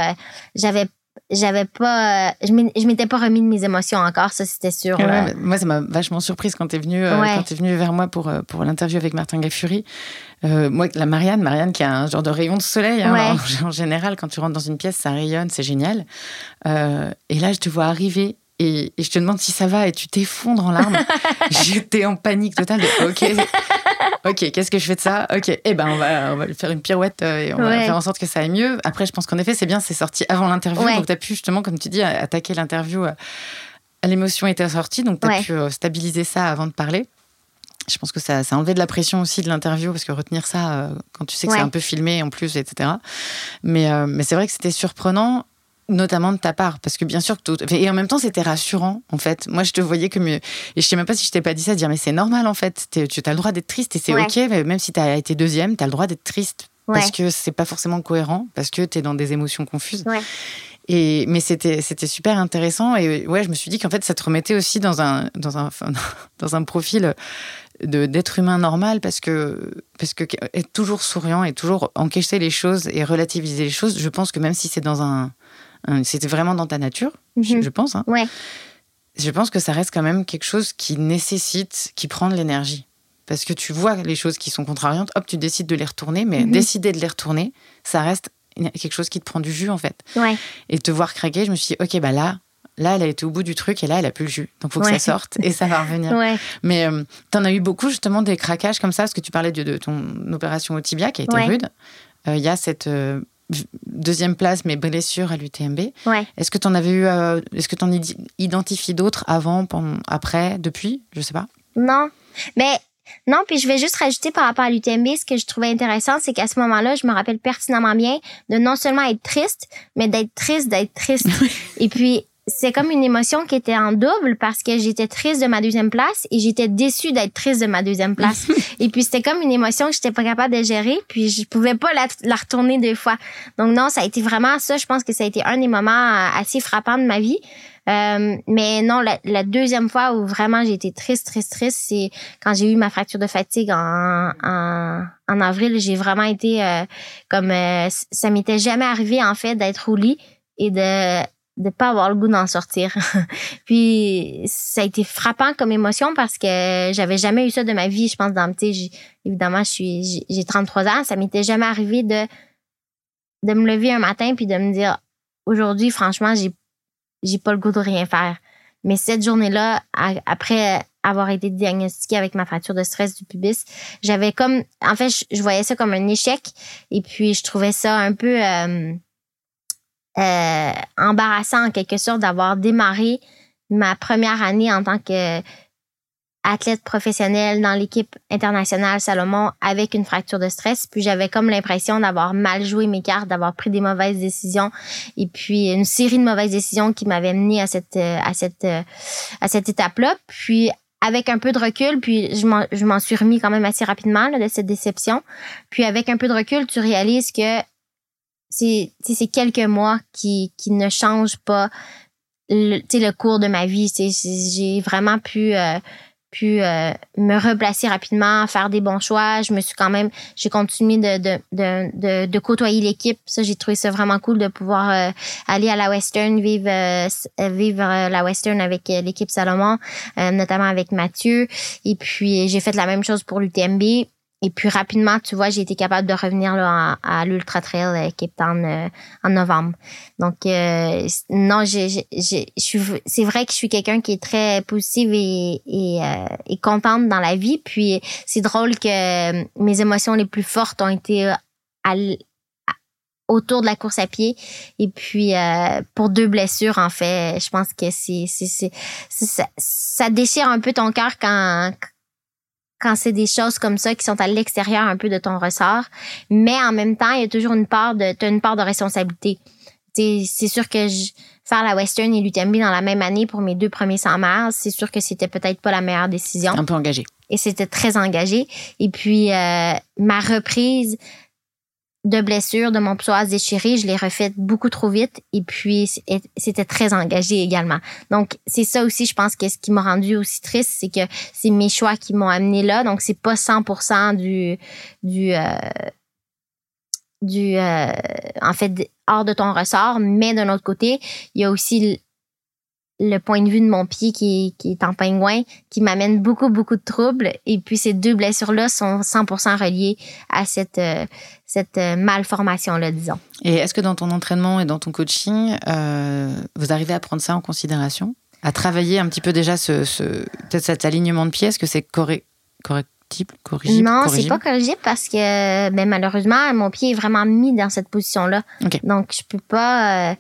Speaker 1: je m'étais pas remis de mes émotions encore, ça c'était sûr.
Speaker 2: Ouais, moi ça m'a vachement surprise quand t'es venue vers moi pour l'interview avec Martin Gaffuri. Moi, la Marianne qui a un genre de rayon de soleil, en général, quand tu rentres dans une pièce, ça rayonne, c'est génial. Et là, je te vois arriver et je te demande si ça va et tu t'effondres en larmes. J'étais en panique totale de OK, qu'est-ce que je fais de ça? OK, on va faire une pirouette et on va faire en sorte que ça aille mieux. Après, je pense qu'en effet, c'est bien, c'est sorti avant l'interview. Donc, tu as pu justement, comme tu dis, attaquer l'interview. L'émotion était sortie, donc tu as pu stabiliser ça avant de parler. Je pense que ça a enlevé de la pression aussi de l'interview, parce que retenir ça quand tu sais que c'est un peu filmé en plus, etc. Mais c'est vrai que c'était surprenant, notamment de ta part, parce que bien sûr et en même temps c'était rassurant en fait. Moi je te voyais comme et je sais même pas si je t'ai pas dit ça, de dire mais c'est normal en fait, tu as le droit d'être triste et c'est OK, mais même si tu as été deuxième, tu as le droit d'être triste parce que c'est pas forcément cohérent, parce que tu es dans des émotions confuses. Mais c'était super intéressant et je me suis dit qu'en fait ça te remettait aussi dans un profil d'être humain normal, parce que être toujours souriant et toujours encaisser les choses et relativiser les choses, je pense que même si c'est c'était vraiment dans ta nature, je pense. Je pense que ça reste quand même quelque chose qui prend de l'énergie. Parce que tu vois les choses qui sont contrariantes, hop, tu décides de les retourner, mais décider de les retourner, ça reste quelque chose qui te prend du jus, en fait. Et te voir craquer, je me suis dit, OK, là, elle a été au bout du truc et là, elle a plus le jus. Donc, il faut que ça sorte et ça va revenir. Mais t'en as eu beaucoup, justement, des craquages comme ça, parce que tu parlais de ton opération au tibia qui a été rude. Il y a cette deuxième place, mais blessure à l'UTMB. Est-ce que t'en avais eu... est-ce que t'en identifies d'autres avant, pendant, après, depuis? Je sais pas.
Speaker 1: Non. Mais... Non, puis je vais juste rajouter par rapport à l'UTMB, ce que je trouvais intéressant, c'est qu'à ce moment-là, je me rappelle pertinemment bien de non seulement être triste, mais d'être triste. Et puis, c'est comme une émotion qui était en double, parce que j'étais triste de ma deuxième place et j'étais déçue d'être triste de ma deuxième place. Et puis, c'était comme une émotion que j'étais pas capable de gérer, puis je pouvais pas la retourner 2 fois. Donc non, ça a été vraiment ça. Je pense que ça a été un des moments assez frappants de ma vie. Mais non, la deuxième fois où vraiment j'ai été triste, c'est quand j'ai eu ma fracture de fatigue en avril. J'ai vraiment été ça m'était jamais arrivé en fait d'être au lit et de pas avoir le goût d'en sortir. Puis ça a été frappant comme émotion parce que j'avais jamais eu ça de ma vie. Je pense évidemment j'ai 33 ans, ça m'était jamais arrivé de me lever un matin puis de me dire aujourd'hui franchement j'ai pas le goût de rien faire. Mais cette journée-là, après avoir été diagnostiquée avec ma fracture de stress du pubis, j'avais en fait, je voyais ça comme un échec. Et puis, je trouvais ça un peu embarrassant, en quelque sorte, d'avoir démarré ma première année en tant que athlète professionnelle dans l'équipe internationale Salomon avec une fracture de stress. Puis j'avais comme l'impression d'avoir mal joué mes cartes, d'avoir pris des mauvaises décisions et puis une série de mauvaises décisions qui m'avaient menée à cette étape-là. Puis avec un peu de recul, puis je m'en suis remis quand même assez rapidement là, de cette déception. Puis avec un peu de recul, tu réalises que c'est quelques mois qui ne changent pas le cours de ma vie. J'ai vraiment pu me replacer rapidement, faire des bons choix. J'ai continué de côtoyer l'équipe. Ça, j'ai trouvé ça vraiment cool de pouvoir aller à la Western, vivre la Western avec l'équipe Salomon, notamment avec Mathieu. Et puis, j'ai fait la même chose pour l'UTMB. Et puis rapidement, tu vois, j'ai été capable de revenir là à l'Ultra Trail Cape Town en novembre. Donc non, c'est vrai que je suis quelqu'un qui est très positive et contente dans la vie. Puis c'est drôle que mes émotions les plus fortes ont été autour de la course à pied. Et puis pour 2 blessures, en fait, je pense que ça déchire un peu ton cœur quand c'est des choses comme ça qui sont à l'extérieur un peu de ton ressort. Mais en même temps, il y a toujours t'as une part de responsabilité. C'est sûr que faire la Western et l'UTMB dans la même année pour mes 2 premiers 100 miles, c'est sûr que c'était peut-être pas la meilleure décision.
Speaker 2: Un peu engagé.
Speaker 1: et c'était très engagé. Et puis, ma reprise de blessure de mon psoas déchiré, je l'ai refaite beaucoup trop vite et puis c'était très engagé également. Donc, c'est ça aussi, je pense que ce qui m'a rendu aussi triste, c'est que c'est mes choix qui m'ont amené là. Donc, c'est pas 100% en fait, hors de ton ressort, mais d'un autre côté, il y a aussi le point de vue de mon pied qui est en pingouin, qui m'amène beaucoup, beaucoup de troubles. Et puis, ces 2 blessures-là sont 100% reliées à cette malformation-là, disons.
Speaker 2: Et est-ce que dans ton entraînement et dans ton coaching, vous arrivez à prendre ça en considération? À travailler un petit peu déjà peut-être cet alignement de pied? Est-ce que c'est corrigible?
Speaker 1: Non, c'est pas corrigible parce que malheureusement, mon pied est vraiment mis dans cette position-là.
Speaker 2: Okay.
Speaker 1: Donc, je peux pas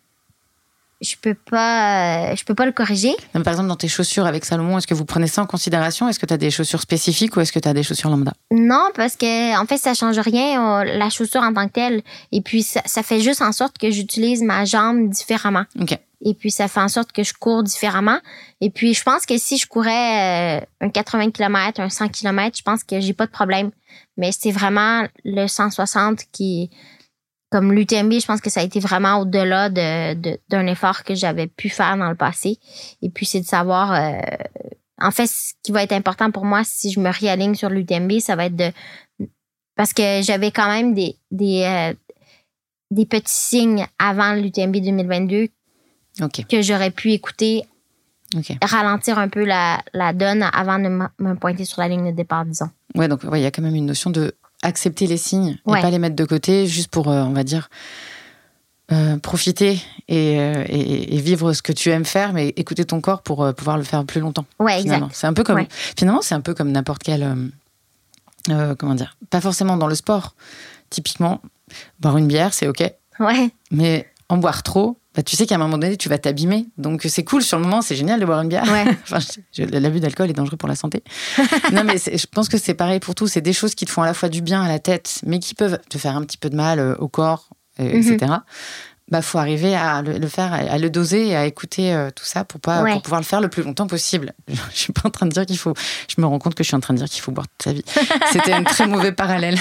Speaker 1: le corriger.
Speaker 2: Donc, par exemple, dans tes chaussures avec Salomon, est-ce que vous prenez ça en considération? Est-ce que tu as des chaussures spécifiques ou est-ce que tu as des chaussures lambda?
Speaker 1: Non, parce que en fait, ça change rien, la chaussure en tant que telle. Et puis, ça fait juste en sorte que j'utilise ma jambe différemment.
Speaker 2: OK.
Speaker 1: Et puis, ça fait en sorte que je cours différemment. Et puis, je pense que si je courais un 80 km, un 100 km, je pense que j'ai pas de problème. Mais c'est vraiment le 160 qui... Comme l'UTMB, je pense que ça a été vraiment au-delà d'un effort que j'avais pu faire dans le passé. Et puis, c'est de savoir... en fait, ce qui va être important pour moi, si je me réaligne sur l'UTMB, ça va être parce que j'avais quand même des petits signes avant l'UTMB 2022
Speaker 2: okay.
Speaker 1: que j'aurais pu écouter,
Speaker 2: okay.
Speaker 1: ralentir un peu la donne avant de me pointer sur la ligne de départ, disons.
Speaker 2: Ouais, donc il y a quand même une notion de accepter les signes et pas les mettre de côté juste pour, on va dire, profiter et vivre ce que tu aimes faire, mais écouter ton corps pour pouvoir le faire plus longtemps.
Speaker 1: Ouais,
Speaker 2: finalement.
Speaker 1: exact.
Speaker 2: C'est un peu comme, finalement, c'est un peu comme n'importe quel, comment dire, pas forcément dans le sport. Typiquement, boire une bière, c'est OK.
Speaker 1: Ouais.
Speaker 2: Mais en boire trop, tu sais qu'à un moment donné, tu vas t'abîmer. Donc, c'est cool sur le moment, c'est génial de boire une bière.
Speaker 1: Ouais.
Speaker 2: Enfin, l'abus d'alcool est dangereux pour la santé. Non, mais je pense que c'est pareil pour tout. C'est des choses qui te font à la fois du bien à la tête, mais qui peuvent te faire un petit peu de mal au corps, etc. Faut arriver à le faire, à le doser et à écouter tout ça pour pouvoir le faire le plus longtemps possible. Je suis pas en train de dire qu'il faut... Je me rends compte que je suis en train de dire qu'il faut boire toute sa vie. C'était un très mauvais parallèle.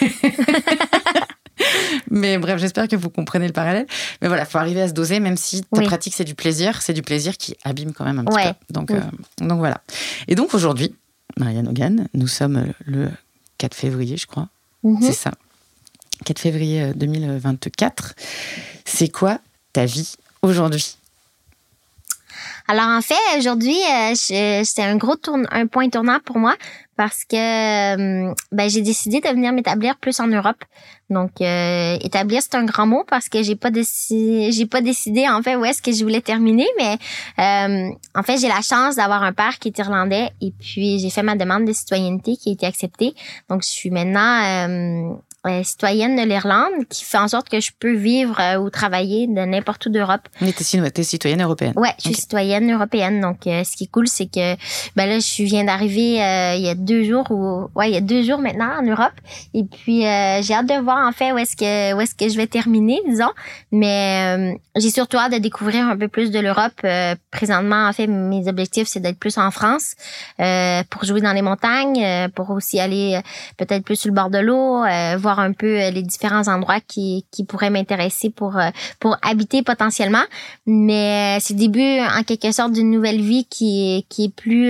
Speaker 2: Mais bref, j'espère que vous comprenez le parallèle. Mais voilà, il faut arriver à se doser, même si ta pratique, c'est du plaisir qui abîme quand même un petit peu. Donc voilà. Et donc aujourd'hui, Marianne Hogan, nous sommes le 4 février, je crois. C'est ça. 4 février 2024. C'est quoi ta vie aujourd'hui?
Speaker 1: Alors, en fait, aujourd'hui, c'est un point tournant pour moi parce que j'ai décidé de venir m'établir plus en Europe. Donc, établir, c'est un grand mot parce que j'ai pas décidé en fait où est-ce que je voulais terminer, mais en fait, j'ai la chance d'avoir un père qui est irlandais et puis j'ai fait ma demande de citoyenneté qui a été acceptée. Donc, je suis maintenant citoyenne de l'Irlande, qui fait en sorte que je peux vivre ou travailler de n'importe où d'Europe.
Speaker 2: Mais t'es citoyenne européenne.
Speaker 1: Ouais, je suis citoyenne européenne. Donc, ce qui est cool, c'est que là, je viens d'arriver il y a 2 jours il y a 2 jours maintenant en Europe. Et puis, j'ai hâte de voir en fait où est-ce que je vais terminer, disons. Mais j'ai surtout hâte de découvrir un peu plus de l'Europe. Présentement, en fait, mes objectifs, c'est d'être plus en France pour jouer dans les montagnes, pour aussi aller peut-être plus sur le bord de l'eau, voir un peu les différents endroits qui pourraient m'intéresser pour habiter potentiellement. Mais c'est le début, en quelque sorte, d'une nouvelle vie qui est plus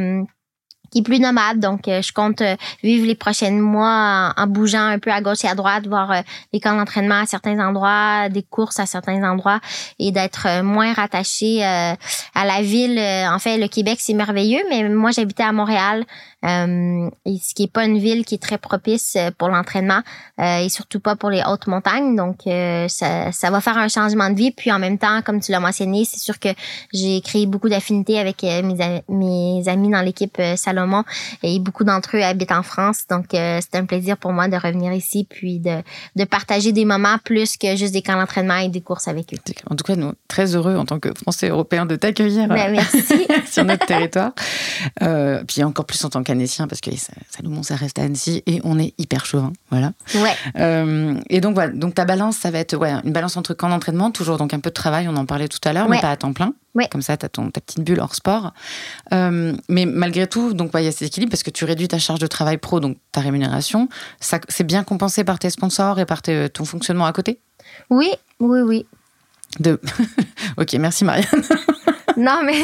Speaker 1: nomade. Donc, je compte vivre les prochains mois en bougeant un peu à gauche et à droite, voir les camps d'entraînement à certains endroits, des courses à certains endroits et d'être moins rattachée à la ville. En fait, le Québec, c'est merveilleux, mais moi, j'habitais à Montréal, et ce qui est pas une ville qui est très propice pour l'entraînement et surtout pas pour les hautes montagnes. Donc, ça va faire un changement de vie. Puis, en même temps, comme tu l'as mentionné, c'est sûr que j'ai créé beaucoup d'affinités avec mes amis dans l'équipe Salomon et beaucoup d'entre eux habitent en France. Donc, c'est un plaisir pour moi de revenir ici puis de partager des moments plus que juste des camps d'entraînement et des courses avec eux.
Speaker 2: En tout cas, nous, très heureux en tant que Français européens de t'accueillir
Speaker 1: merci.
Speaker 2: sur notre territoire. Puis encore plus en tant canétiens, parce que Salomon, ça reste à Annecy, et on est hyper chauvin, voilà.
Speaker 1: Ouais.
Speaker 2: Et donc, voilà. Donc, ta balance, ça va être une balance entre camp d'entraînement, toujours donc un peu de travail, on en parlait tout à l'heure, mais pas à temps plein.
Speaker 1: Ouais.
Speaker 2: Comme ça, tu as ta petite bulle hors sport. Mais malgré tout, donc il y a cet équilibre parce que tu réduis ta charge de travail pro, donc ta rémunération. Ça, c'est bien compensé par tes sponsors et par ton fonctionnement à côté?
Speaker 1: Oui.
Speaker 2: Ok, merci Marianne.
Speaker 1: Non, mais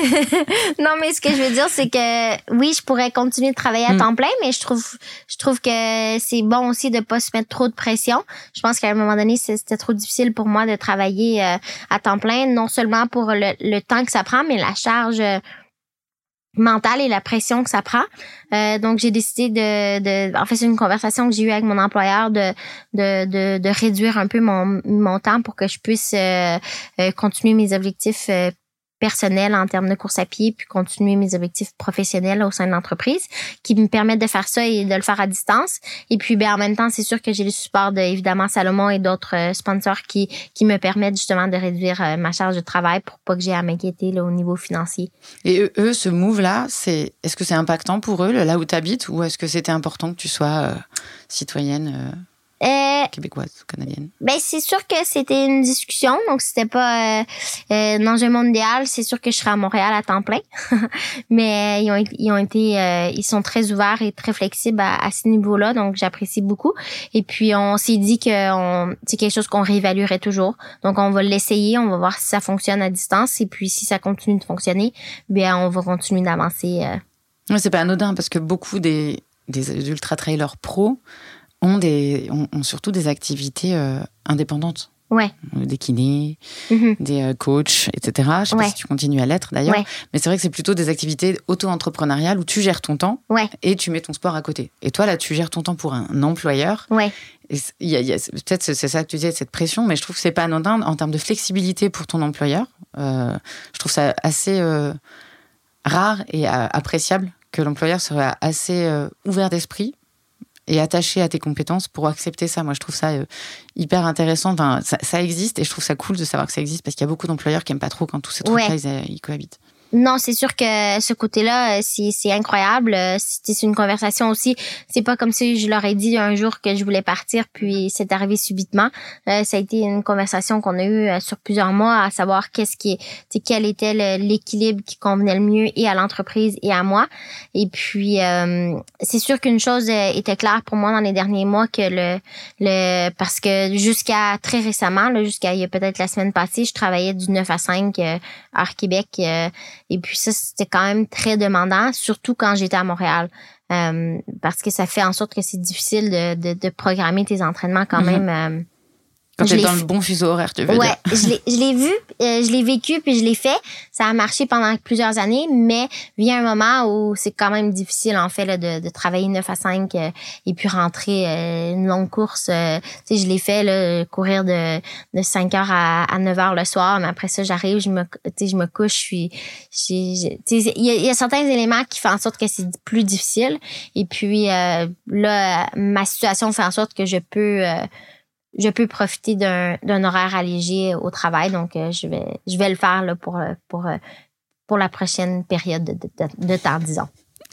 Speaker 1: ce que je veux dire, c'est que oui, je pourrais continuer de travailler à temps plein, mais je trouve que c'est bon aussi de pas se mettre trop de pression. Je pense qu'à un moment donné, c'était trop difficile pour moi de travailler à temps plein, non seulement pour le temps que ça prend, mais la charge mentale et la pression que ça prend. Donc, j'ai décidé en fait, c'est une conversation que j'ai eue avec mon employeur de réduire un peu mon temps pour que je puisse continuer mes objectifs personnel en termes de course à pied, puis continuer mes objectifs professionnels au sein de l'entreprise, qui me permettent de faire ça et de le faire à distance. Et puis, en même temps, c'est sûr que j'ai le support de, évidemment, Salomon et d'autres sponsors qui me permettent justement de réduire ma charge de travail pour pas que j'ai à m'inquiéter là, au niveau financier.
Speaker 2: Et eux, ce move-là, est-ce que c'est impactant pour eux, là où tu habites, ou est-ce que c'était important que tu sois citoyenne québécoise, canadienne?
Speaker 1: Ben, c'est sûr que c'était une discussion, donc c'était pas dans un monde idéal, c'est sûr que je serais à Montréal à temps plein. Mais ils sont très ouverts et très flexibles à ce niveau-là, donc j'apprécie beaucoup. Et puis on s'est dit que c'est quelque chose qu'on réévaluerait toujours. Donc on va l'essayer, on va voir si ça fonctionne à distance, et puis si ça continue de fonctionner, bien on va continuer d'avancer.
Speaker 2: Ouais, c'est pas anodin parce que beaucoup des ultra-trailers pros ont surtout des activités indépendantes.
Speaker 1: Ouais.
Speaker 2: Des kinés, des coachs, etc. Je sais pas si tu continues à l'être d'ailleurs. Ouais. Mais c'est vrai que c'est plutôt des activités auto-entrepreneuriales où tu gères ton temps et tu mets ton sport à côté. Et toi, là, tu gères ton temps pour un employeur.
Speaker 1: Ouais.
Speaker 2: Et peut-être c'est ça que tu disais, cette pression, mais je trouve que c'est pas anodin en termes de flexibilité pour ton employeur. Je trouve ça assez rare et appréciable que l'employeur soit assez ouvert d'esprit et attaché à tes compétences pour accepter ça. Moi, je trouve ça hyper intéressant. Enfin, ça existe et je trouve ça cool de savoir que ça existe parce qu'il y a beaucoup d'employeurs qui n'aiment pas trop quand tous ces trucs-là, ils cohabitent.
Speaker 1: Non, c'est sûr que ce côté-là, c'est incroyable. C'est une conversation aussi. C'est pas comme si je leur ai dit un jour que je voulais partir, puis c'est arrivé subitement. Ça a été une conversation qu'on a eue sur plusieurs mois, à savoir quel était l'équilibre qui convenait le mieux et à l'entreprise et à moi. Et puis, c'est sûr qu'une chose était claire pour moi dans les derniers mois, que parce que jusqu'à très récemment, jusqu'à il y a peut-être la semaine passée, je travaillais du 9 à 5 heure Québec. Et puis ça, c'était quand même très demandant, surtout quand j'étais à Montréal. Parce que ça fait en sorte que c'est difficile de programmer tes entraînements quand même.
Speaker 2: Quand t'es dans le bon fuseau horaire, tu veux dire.
Speaker 1: Ouais, je l'ai vu, je l'ai vécu, puis je l'ai fait. Ça a marché pendant plusieurs années, mais vient un moment où c'est quand même difficile, en fait, là, de travailler 9 à 5 et puis rentrer une longue course. Tu sais, je l'ai fait, là, courir de 5 heures à 9 heures le soir, mais après ça, j'arrive, je me couche, il y a certains éléments qui font en sorte que c'est plus difficile. Et puis, là, ma situation fait en sorte que je peux profiter d'un horaire allégé au travail, donc je vais le faire là, pour la prochaine période de temps, disons.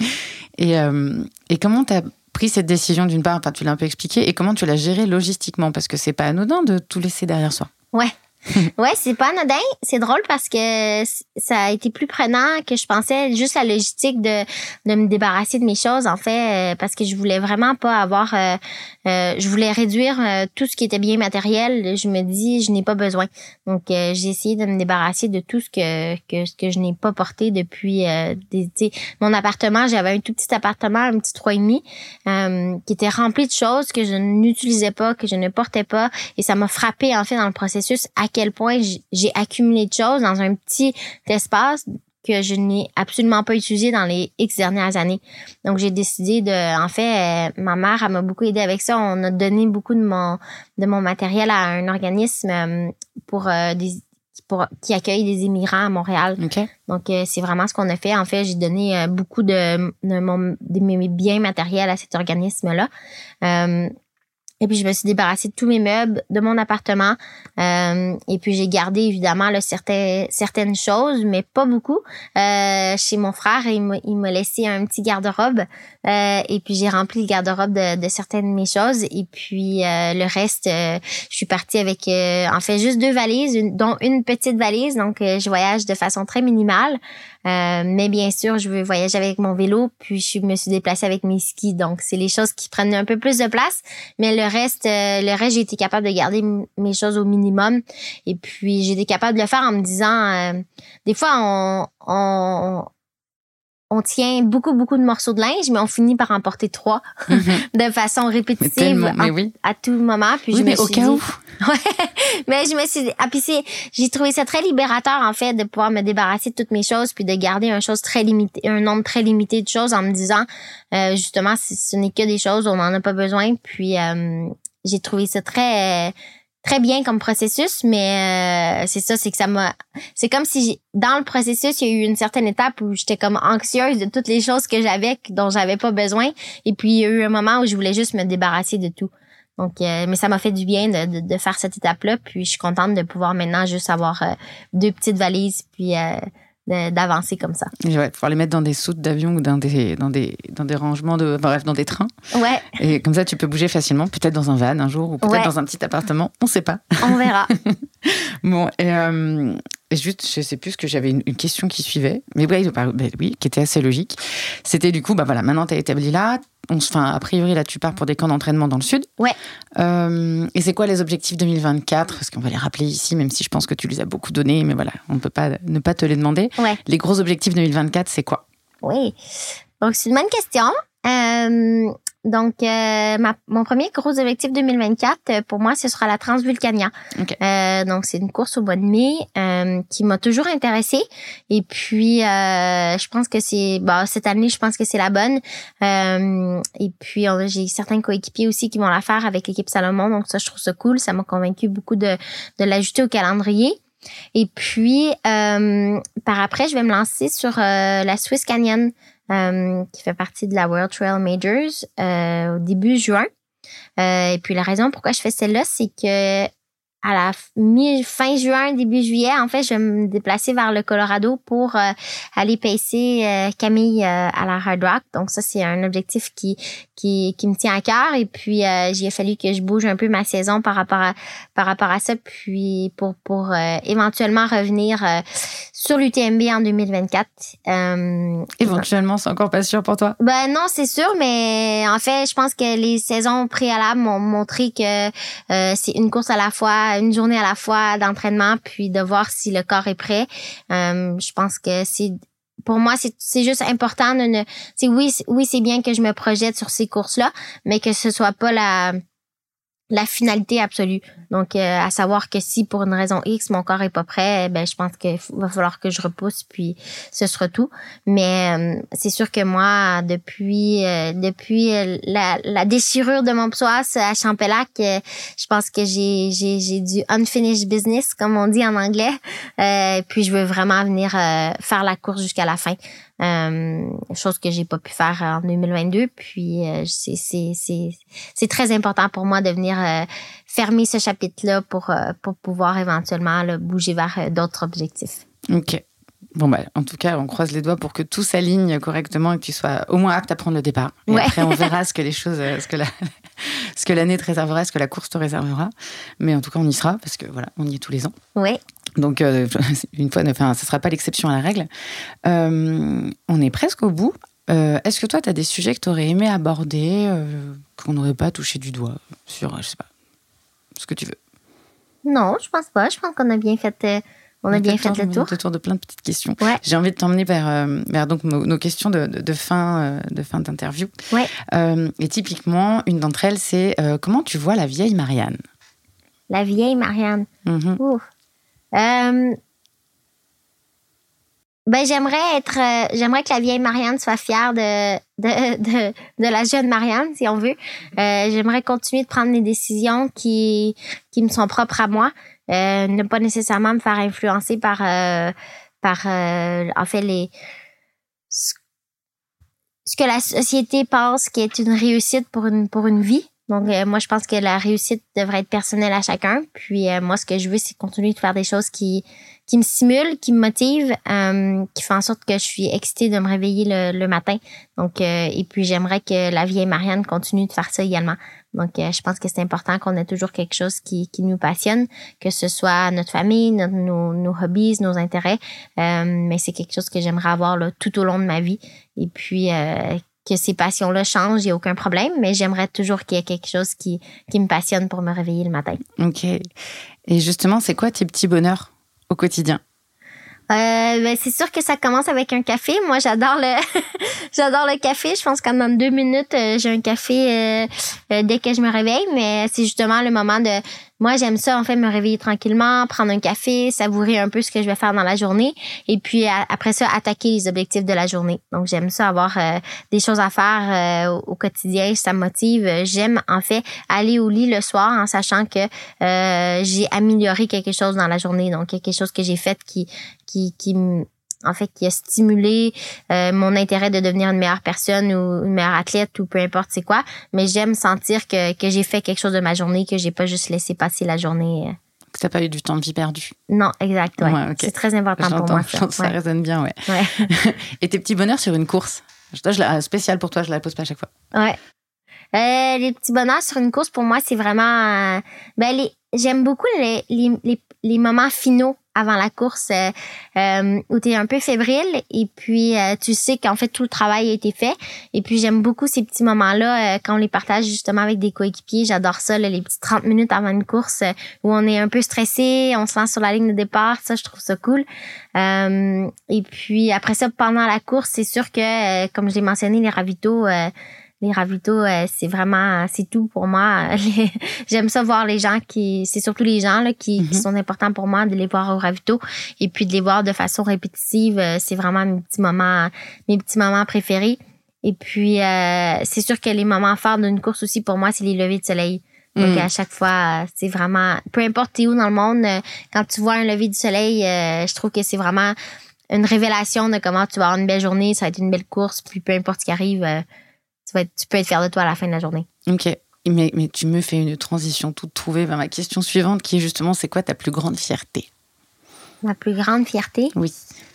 Speaker 2: Et comment tu as pris cette décision, d'une part, tu l'as un peu expliqué, et comment tu l'as gérée logistiquement, parce que c'est pas anodin de tout laisser derrière soi.
Speaker 1: Ouais. Ouais, c'est pas anodin. C'est drôle parce que ça a été plus prenant que je pensais. Juste la logistique de me débarrasser de mes choses, en fait, parce que je voulais vraiment pas avoir... je voulais réduire tout ce qui était bien matériel. Je me dis, je n'ai pas besoin. Donc, j'ai essayé de me débarrasser de tout ce que je n'ai pas porté depuis... mon appartement, j'avais un tout petit appartement, un petit 3,5, qui était rempli de choses que je n'utilisais pas, que je ne portais pas. Et ça m'a frappé, en fait, dans le processus, à quel point j'ai accumulé de choses dans un petit espace que je n'ai absolument pas utilisé dans les X dernières années. Donc, j'ai décidé en fait, ma mère, elle m'a beaucoup aidée avec ça. On a donné beaucoup de mon matériel à un organisme qui accueille des immigrants à Montréal.
Speaker 2: Okay.
Speaker 1: Donc, c'est vraiment ce qu'on a fait. En fait, j'ai donné beaucoup de mes biens matériels à cet organisme-là. Et puis, je me suis débarrassée de tous mes meubles de mon appartement. Et puis, j'ai gardé, évidemment, là, certaines choses, mais pas beaucoup. Chez mon frère, il m'a laissé un petit garde-robe. Et puis, j'ai rempli le garde-robe de certaines de mes choses. Et puis, le reste, je suis partie avec, en fait, juste 2 valises, dont une petite valise. Donc, je voyage de façon très minimale. Mais bien sûr, je veux voyager avec mon vélo. Puis, je me suis déplacée avec mes skis. Donc, c'est les choses qui prennent un peu plus de place. Mais le reste, j'ai été capable de garder mes choses au minimum. Et puis, j'ai été capable de le faire en me disant, des fois, on tient beaucoup de morceaux de linge, mais on finit par en porter 3 de façon répétitive à tout moment. Puis je me suis dit, mais je me suis dit, j'ai trouvé ça très libérateur, en fait, de pouvoir me débarrasser de toutes mes choses puis de garder un nombre très limité de choses en me disant, justement, ce n'est que des choses, on n'en a pas besoin. Puis, j'ai trouvé ça très bien comme processus, mais c'est ça, c'est comme si dans le processus, il y a eu une certaine étape où j'étais comme anxieuse de toutes les choses que j'avais dont j'avais pas besoin, et puis il y a eu un moment où je voulais juste me débarrasser de tout. Donc, mais ça m'a fait du bien de faire cette étape-là, puis je suis contente de pouvoir maintenant juste avoir 2 petites valises, puis d'avancer comme ça.
Speaker 2: Ouais, pouvoir les mettre dans des soutes d'avion ou dans des rangements dans des trains.
Speaker 1: Ouais.
Speaker 2: Et comme ça, tu peux bouger facilement, peut-être dans un van un jour, ou peut-être dans un petit appartement. On sait pas.
Speaker 1: On verra.
Speaker 2: Bon, et juste, je sais plus, que j'avais une question qui suivait, mais oui, qui était assez logique. C'était du coup, maintenant t'es établi là. A priori, là, tu pars pour des camps d'entraînement dans le sud.
Speaker 1: Ouais.
Speaker 2: Et c'est quoi les objectifs 2024 ? Parce qu'on va les rappeler ici, même si je pense que tu les as beaucoup donnés, mais voilà, on ne peut pas ne pas te les demander.
Speaker 1: Ouais.
Speaker 2: Les gros objectifs 2024, c'est quoi ?
Speaker 1: Oui. Donc, c'est une bonne question. Donc, mon premier gros objectif 2024, pour moi, ce sera la Transvulcania.
Speaker 2: Okay.
Speaker 1: Donc, c'est une course au mois de mai qui m'a toujours intéressée. Et puis, je pense que cette année, je pense que c'est la bonne. Et puis, j'ai certains coéquipiers aussi qui vont la faire avec l'équipe Salomon. Donc, ça, je trouve ça cool. Ça m'a convaincu beaucoup de l'ajouter au calendrier. Et puis, par après, je vais me lancer sur la Swiss Canyon, qui fait partie de la World Trail Majors au début juin. Et puis la raison pourquoi je fais celle-là, c'est que à la fin juin, début juillet, en fait, je vais me déplacer vers le Colorado pour aller pacer Camille à la Hard Rock. Donc ça, c'est un objectif qui me tient à cœur. Et puis il a fallu que je bouge un peu ma saison par rapport à ça, puis pour éventuellement revenir sur l'UTMB en 2024.
Speaker 2: Éventuellement, c'est encore pas sûr pour toi?
Speaker 1: Ben non, c'est sûr, mais en fait, je pense que les saisons préalables m'ont montré que c'est une course à la fois, une journée à la fois d'entraînement, puis de voir si le corps est prêt. Je pense que pour moi, c'est juste important oui, c'est bien que je me projette sur ces courses-là, mais que ce soit pas la finalité absolue. Donc, à savoir que si pour une raison X, mon corps est pas prêt, ben je pense qu'il va falloir que je repousse, puis ce sera tout. Mais c'est sûr que moi, depuis la déchirure de mon psoas à Champellac, je pense que j'ai du unfinished business, comme on dit en anglais. Puis je veux vraiment venir faire la course jusqu'à la fin. Chose que j'ai pas pu faire en 2022. Puis c'est très important pour moi de venir fermer ce chapitre-là pour pouvoir éventuellement bouger vers d'autres objectifs.
Speaker 2: OK. Bon, en tout cas, on croise les doigts pour que tout s'aligne correctement et que tu sois au moins apte à prendre le départ. Et après, on verra ce que l'année te réservera, ce que la course te réservera. Mais en tout cas, on y sera parce que voilà, on y est tous les ans.
Speaker 1: Oui.
Speaker 2: Donc, une fois, ce ne sera pas l'exception à la règle. On est presque au bout. Est-ce que toi, tu as des sujets que tu aurais aimé aborder, qu'on n'aurait pas touché du doigt sur, je sais pas, ce que tu veux?
Speaker 1: Non, je pense pas. Je pense qu'on a bien fait, le tour.
Speaker 2: Le tour de plein de petites questions.
Speaker 1: Ouais.
Speaker 2: J'ai envie de t'emmener vers donc nos questions de fin d'interview.
Speaker 1: Ouais.
Speaker 2: Et typiquement, une d'entre elles, c'est comment tu vois la vieille Marianne?
Speaker 1: La vieille Marianne.
Speaker 2: Mm-hmm.
Speaker 1: Ouf. J'aimerais que la vieille Marianne soit fière de la jeune Marianne, si on veut. J'aimerais continuer de prendre des décisions qui me sont propres à moi, ne pas nécessairement me faire influencer par en fait ce que la société pense qui est une réussite pour une vie. Donc, moi, je pense que la réussite devrait être personnelle à chacun. Puis, moi, ce que je veux, c'est continuer de faire des choses qui me stimulent, qui me motivent, qui font en sorte que je suis excitée de me réveiller le matin. Donc, et puis, j'aimerais que la vieille Marianne continue de faire ça également. Donc, je pense que c'est important qu'on ait toujours quelque chose qui nous passionne, que ce soit notre famille, nos hobbies, nos intérêts. Mais c'est quelque chose que j'aimerais avoir là, tout au long de ma vie. Et puis, que ces passions-là changent, il n'y a aucun problème, mais j'aimerais toujours qu'il y ait quelque chose qui me passionne pour me réveiller le matin.
Speaker 2: OK. Et justement, c'est quoi tes petits bonheurs au quotidien?
Speaker 1: C'est sûr que ça commence avec un café. Moi, j'adore j'adore le café. Je pense qu'en 2 minutes, j'ai un café dès que je me réveille. Mais c'est justement le moment de... Moi, j'aime ça, en fait, me réveiller tranquillement, prendre un café, savourer un peu ce que je vais faire dans la journée. Et puis, après ça, attaquer les objectifs de la journée. Donc, j'aime ça avoir des choses à faire au quotidien. Ça me motive. J'aime, en fait, aller au lit le soir en sachant que j'ai amélioré quelque chose dans la journée. Donc, quelque chose que j'ai fait qui a stimulé mon intérêt de devenir une meilleure personne ou une meilleure athlète ou peu importe c'est quoi. Mais j'aime sentir que j'ai fait quelque chose de ma journée, que j'ai pas juste laissé passer la journée.
Speaker 2: Que t'as pas eu du temps de vie perdu.
Speaker 1: Non, exact, ouais. Okay. C'est très important pour moi, ça.
Speaker 2: Ça résonne bien, ouais. Et tes petits bonheurs sur une course? Spécial pour toi, je la pose pas à chaque fois.
Speaker 1: Ouais. Les petits bonheurs sur une course, pour moi, c'est vraiment... j'aime beaucoup les moments finaux avant la course où tu es un peu fébrile et puis tu sais qu'en fait tout le travail a été fait. Et puis j'aime beaucoup ces petits moments-là quand on les partage justement avec des coéquipiers. J'adore ça, là, les petits 30 minutes avant une course où on est un peu stressé, on se lance sur la ligne de départ. Ça, je trouve ça cool. Et puis après ça, pendant la course, c'est sûr que comme je l'ai mentionné, les ravitaux, c'est vraiment, c'est tout pour moi. J'aime ça voir les gens c'est surtout les gens là qui sont importants pour moi, de les voir au ravito et puis de les voir de façon répétitive. C'est vraiment mes petits moments préférés. Et puis, c'est sûr que les moments forts d'une course aussi pour moi, c'est les levées de soleil. Donc, à chaque fois, c'est vraiment, peu importe t'es où dans le monde, quand tu vois un lever du soleil, je trouve que c'est vraiment une révélation de comment tu vas avoir une belle journée, ça va être une belle course, puis peu importe ce qui arrive, tu peux être fier de toi à la fin de la journée.
Speaker 2: OK. Mais tu me fais une transition toute trouvée vers ma question suivante qui est justement, c'est quoi ta plus grande fierté?
Speaker 1: Ma plus grande fierté?
Speaker 2: Oui.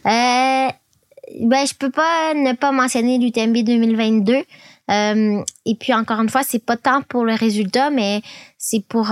Speaker 1: Je peux pas ne pas mentionner l'UTMB 2022. Et puis, encore une fois, c'est pas tant pour le résultat, mais c'est pour...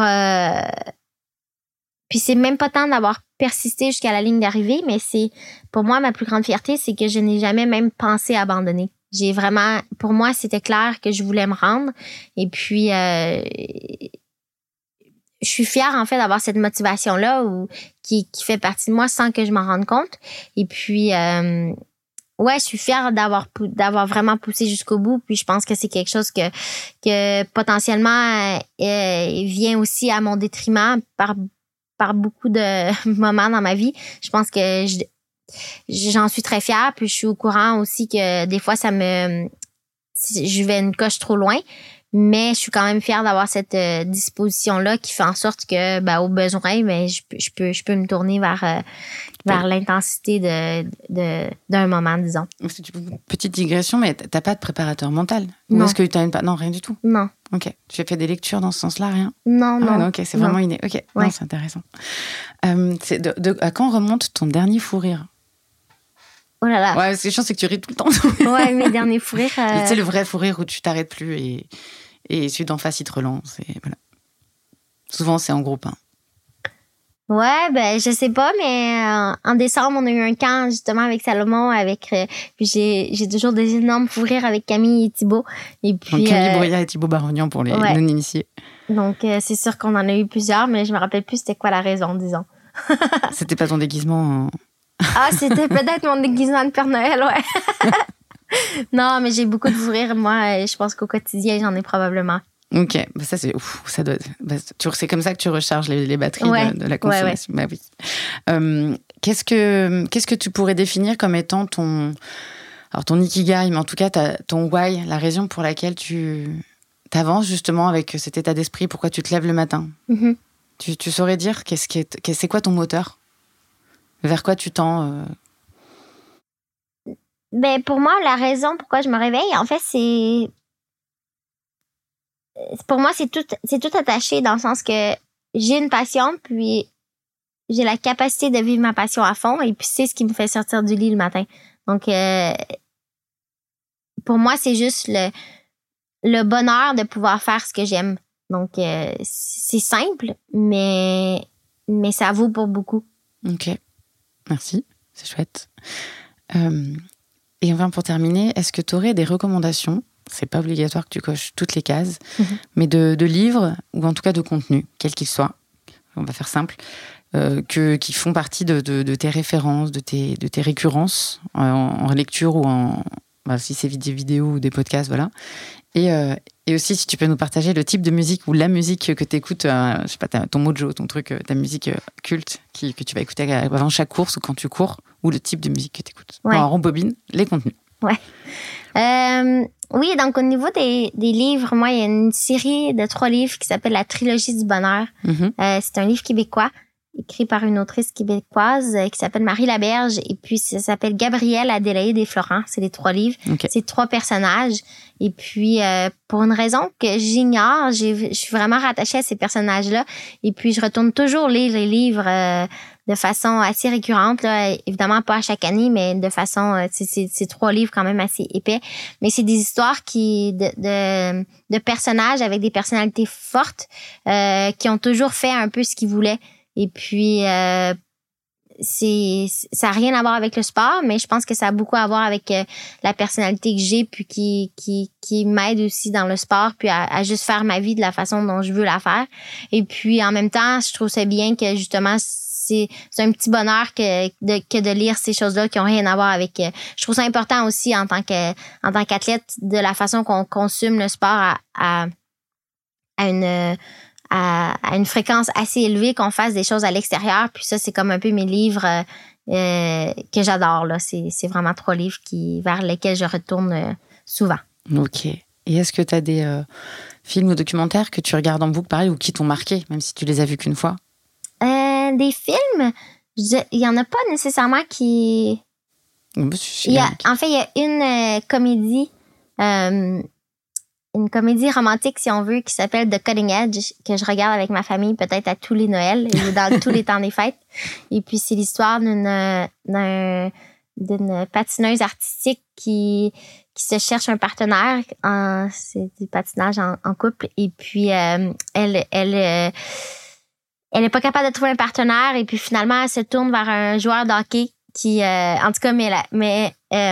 Speaker 1: Puis c'est même pas tant d'avoir persisté jusqu'à la ligne d'arrivée, mais c'est... Pour moi, ma plus grande fierté, c'est que je n'ai jamais même pensé abandonner. J'ai vraiment, pour moi, c'était clair que je voulais me rendre. Et puis, je suis fière, en fait, d'avoir cette motivation-là qui fait partie de moi sans que je m'en rende compte. Et puis, je suis fière d'avoir vraiment poussé jusqu'au bout. Puis, je pense que c'est quelque chose que potentiellement vient aussi à mon détriment par beaucoup de moments dans ma vie. Je pense que j'en suis très fière, puis je suis au courant aussi que des fois je vais une coche trop loin, mais je suis quand même fière d'avoir cette disposition-là qui fait en sorte que au besoin, je peux me tourner vers l'intensité d'un moment, disons.
Speaker 2: Petite digression, mais t'as pas de préparateur mental?
Speaker 1: Non.
Speaker 2: Ou est-ce que t'as non, rien du tout?
Speaker 1: Non.
Speaker 2: OK. Tu as fait des lectures dans ce sens-là, rien?
Speaker 1: Non.
Speaker 2: Non, OK, c'est vraiment inné. OK, ouais. Non, c'est intéressant. À quand remonte ton dernier fou rire?
Speaker 1: Oh là là.
Speaker 2: Ouais, parce que je pense que tu ris tout le temps.
Speaker 1: Ouais, mes derniers fous rires.
Speaker 2: Tu sais, le vrai fou rire où tu t'arrêtes plus et celui d'en face, il te relance. Et voilà. Souvent, c'est en groupe.
Speaker 1: Ouais, je sais pas, mais en décembre, on a eu un camp justement avec Salomon, puis j'ai toujours des énormes fous rires avec Camille et Thibaut. Et puis,
Speaker 2: donc, Camille Brouillard et Thibaut Barognan pour les non-initiés.
Speaker 1: Donc, c'est sûr qu'on en a eu plusieurs, mais je me rappelle plus c'était quoi la raison, disons.
Speaker 2: C'était pas ton déguisement?
Speaker 1: Ah, c'était peut-être mon déguisement de Père Noël, ouais. Non, mais j'ai beaucoup de fous rires, moi, et je pense qu'au quotidien, j'en ai probablement.
Speaker 2: OK, ça c'est ça doit c'est comme ça que tu recharges les batteries de la consommation. Ouais. Oui. Qu'est-ce que tu pourrais définir comme étant ton ikigai, mais en tout cas ton why, la raison pour laquelle tu t'avances justement avec cet état d'esprit, pourquoi tu te lèves le matin?
Speaker 1: Mm-hmm.
Speaker 2: Tu saurais dire c'est quoi ton moteur? Vers quoi tu tends?
Speaker 1: Pour moi, la raison pourquoi je me réveille, en fait, c'est pour moi, c'est tout attaché dans le sens que j'ai une passion, puis j'ai la capacité de vivre ma passion à fond, et puis c'est ce qui me fait sortir du lit le matin. Donc, pour moi, c'est juste le bonheur de pouvoir faire ce que j'aime. Donc, c'est simple, mais ça vaut pour beaucoup.
Speaker 2: Ok, merci, c'est chouette. Et enfin, pour terminer, est-ce que tu aurais des recommandations? C'est pas obligatoire que tu coches toutes les cases, mais de livres, ou en tout cas de contenu, quel qu'il soit, on va faire simple, qui font partie de tes références, de tes récurrences en lecture ou si c'est des vidéos ou des podcasts, voilà. Et aussi, si tu peux nous partager le type de musique ou la musique que tu écoutes, je sais pas, ton mojo, ton truc, ta musique culte que tu vas écouter avant chaque course ou quand tu cours, ou le type de musique que tu écoutes.
Speaker 1: Ouais.
Speaker 2: En rembobine, les contenus.
Speaker 1: Ouais. Oui, donc au niveau des livres, moi, il y a une série de 3 livres qui s'appelle La Trilogie du bonheur. C'est un livre québécois, écrit par une autrice québécoise qui s'appelle Marie Laberge, et puis ça s'appelle Gabrielle, Adélaïde et Florent. C'est les 3 livres. Okay. C'est 3 personnages. Et puis, pour une raison que j'ignore, je suis vraiment rattachée à ces personnages-là. Et puis, je retourne toujours lire les livres de façon assez récurrente, là. Évidemment, pas à chaque année, mais de façon... c'est 3 livres quand même assez épais. Mais c'est des histoires de personnages avec des personnalités fortes qui ont toujours fait un peu ce qu'ils voulaient. Et puis, ça a rien à voir avec le sport, mais je pense que ça a beaucoup à voir avec la personnalité que j'ai, puis qui m'aide aussi dans le sport, puis à juste faire ma vie de la façon dont je veux la faire. Et puis, en même temps, je trouve ça bien que justement, c'est un petit bonheur que de lire ces choses-là qui ont rien à voir avec... je trouve ça important aussi en tant qu'athlète, de la façon qu'on consomme le sport à une fréquence assez élevée, qu'on fasse des choses à l'extérieur. Puis ça, c'est comme un peu mes livres que j'adore, là. C'est vraiment 3 livres vers lesquels je retourne souvent.
Speaker 2: Ok. Et est-ce que tu as des films ou documentaires que tu regardes en boucle, pareil, ou qui t'ont marqué, même si tu les as vus qu'une fois?
Speaker 1: Des films, il y en a pas nécessairement qui... En fait, il y a une comédie... une comédie romantique, si on veut, qui s'appelle The Cutting Edge, que je regarde avec ma famille peut-être à tous les Noëls ou dans tous les temps des fêtes. Et puis, c'est l'histoire d'une patineuse artistique qui se cherche un partenaire. C'est du patinage en couple. Et puis, elle est pas capable de trouver un partenaire. Et puis, finalement, elle se tourne vers un joueur de hockey qui, en tout cas, mais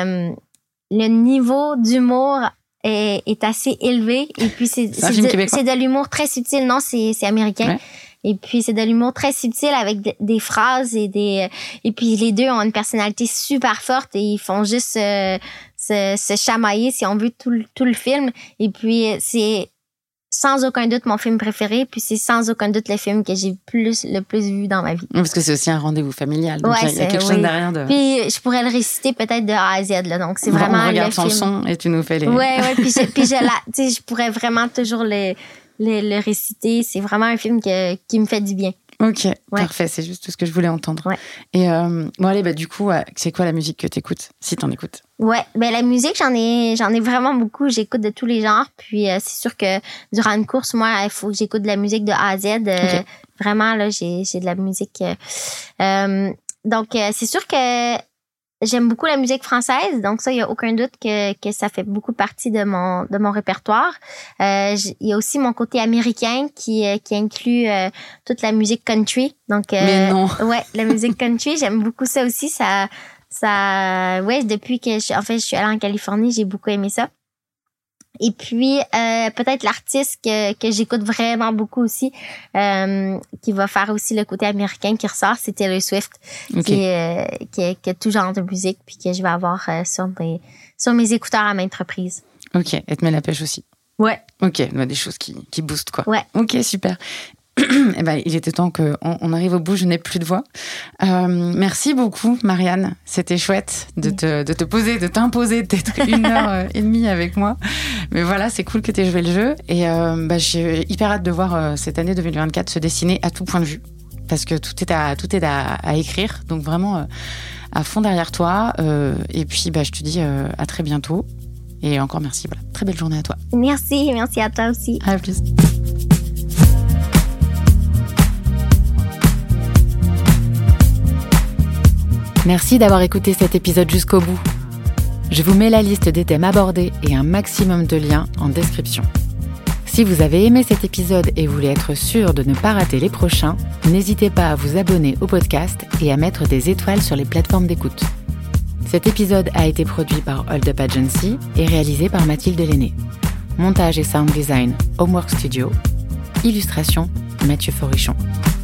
Speaker 1: le niveau d'humour est assez élevé, et puis c'est de l'humour très subtil. Non, c'est américain. Ouais. Et puis c'est de l'humour très subtil avec des phrases et puis les deux ont une personnalité super forte, et ils font juste se chamailler, si on veut, tout le film. Et puis c'est sans aucun doute mon film préféré, puis c'est sans aucun doute le film que j'ai le plus vu dans ma vie.
Speaker 2: Parce que c'est aussi un rendez-vous familial, donc il y a quelque chose derrière de...
Speaker 1: Puis je pourrais le réciter peut-être de A à Z, là, donc c'est vraiment
Speaker 2: on regarde
Speaker 1: le film.
Speaker 2: Son et tu nous fais les...
Speaker 1: Ouais, puis je pourrais vraiment toujours le réciter. C'est vraiment un film qui me fait du bien.
Speaker 2: Ok, parfait, c'est juste ce que je voulais entendre. Ouais. Et bon, allez, du coup, c'est quoi la musique que t'écoutes, si t'en écoutes?
Speaker 1: Ouais, la musique, j'en ai vraiment beaucoup. J'écoute de tous les genres. Puis c'est sûr que durant une course, moi, il faut que j'écoute de la musique de A à Z. Okay. Vraiment, là, j'ai de la musique. Donc, c'est sûr que j'aime beaucoup la musique française, donc ça, il y a aucun doute que ça fait beaucoup partie de mon répertoire. Il y a aussi mon côté américain qui inclut toute la musique country. Donc
Speaker 2: mais non.
Speaker 1: Ouais, la musique country, j'aime beaucoup ça aussi. Ça depuis que je suis allée en Californie, j'ai beaucoup aimé ça. Et puis peut-être l'artiste que j'écoute vraiment beaucoup aussi, qui va faire aussi le côté américain qui ressort, c'est Taylor Swift, okay. qui a tout genre de musique, puis que je vais avoir sur mes écouteurs à maintes reprises.
Speaker 2: Ok, et te met la pêche aussi.
Speaker 1: Ouais.
Speaker 2: Ok, des choses qui boostent, quoi.
Speaker 1: Ouais.
Speaker 2: Ok, super. Eh ben, il était temps qu'on arrive au bout, je n'ai plus de voix. Merci beaucoup, Marianne. C'était chouette de te poser, de t'imposer d'être 1h30 avec moi. Mais voilà, c'est cool que tu aies joué le jeu. Et j'ai hyper hâte de voir cette année 2024 se dessiner à tout point de vue. Parce que tout est à écrire. Donc vraiment à fond derrière toi. Et puis, je te dis à très bientôt. Et encore merci. Voilà. Très belle journée à toi.
Speaker 1: Merci à toi aussi.
Speaker 2: À plus. Merci d'avoir écouté cet épisode jusqu'au bout. Je vous mets la liste des thèmes abordés et un maximum de liens en description. Si vous avez aimé cet épisode et voulez être sûr de ne pas rater les prochains, n'hésitez pas à vous abonner au podcast et à mettre des étoiles sur les plateformes d'écoute. Cet épisode a été produit par Hold Up Agency et réalisé par Mathilde Lenné. Montage et sound design, Homework Studio. Illustration, Mathieu Forichon.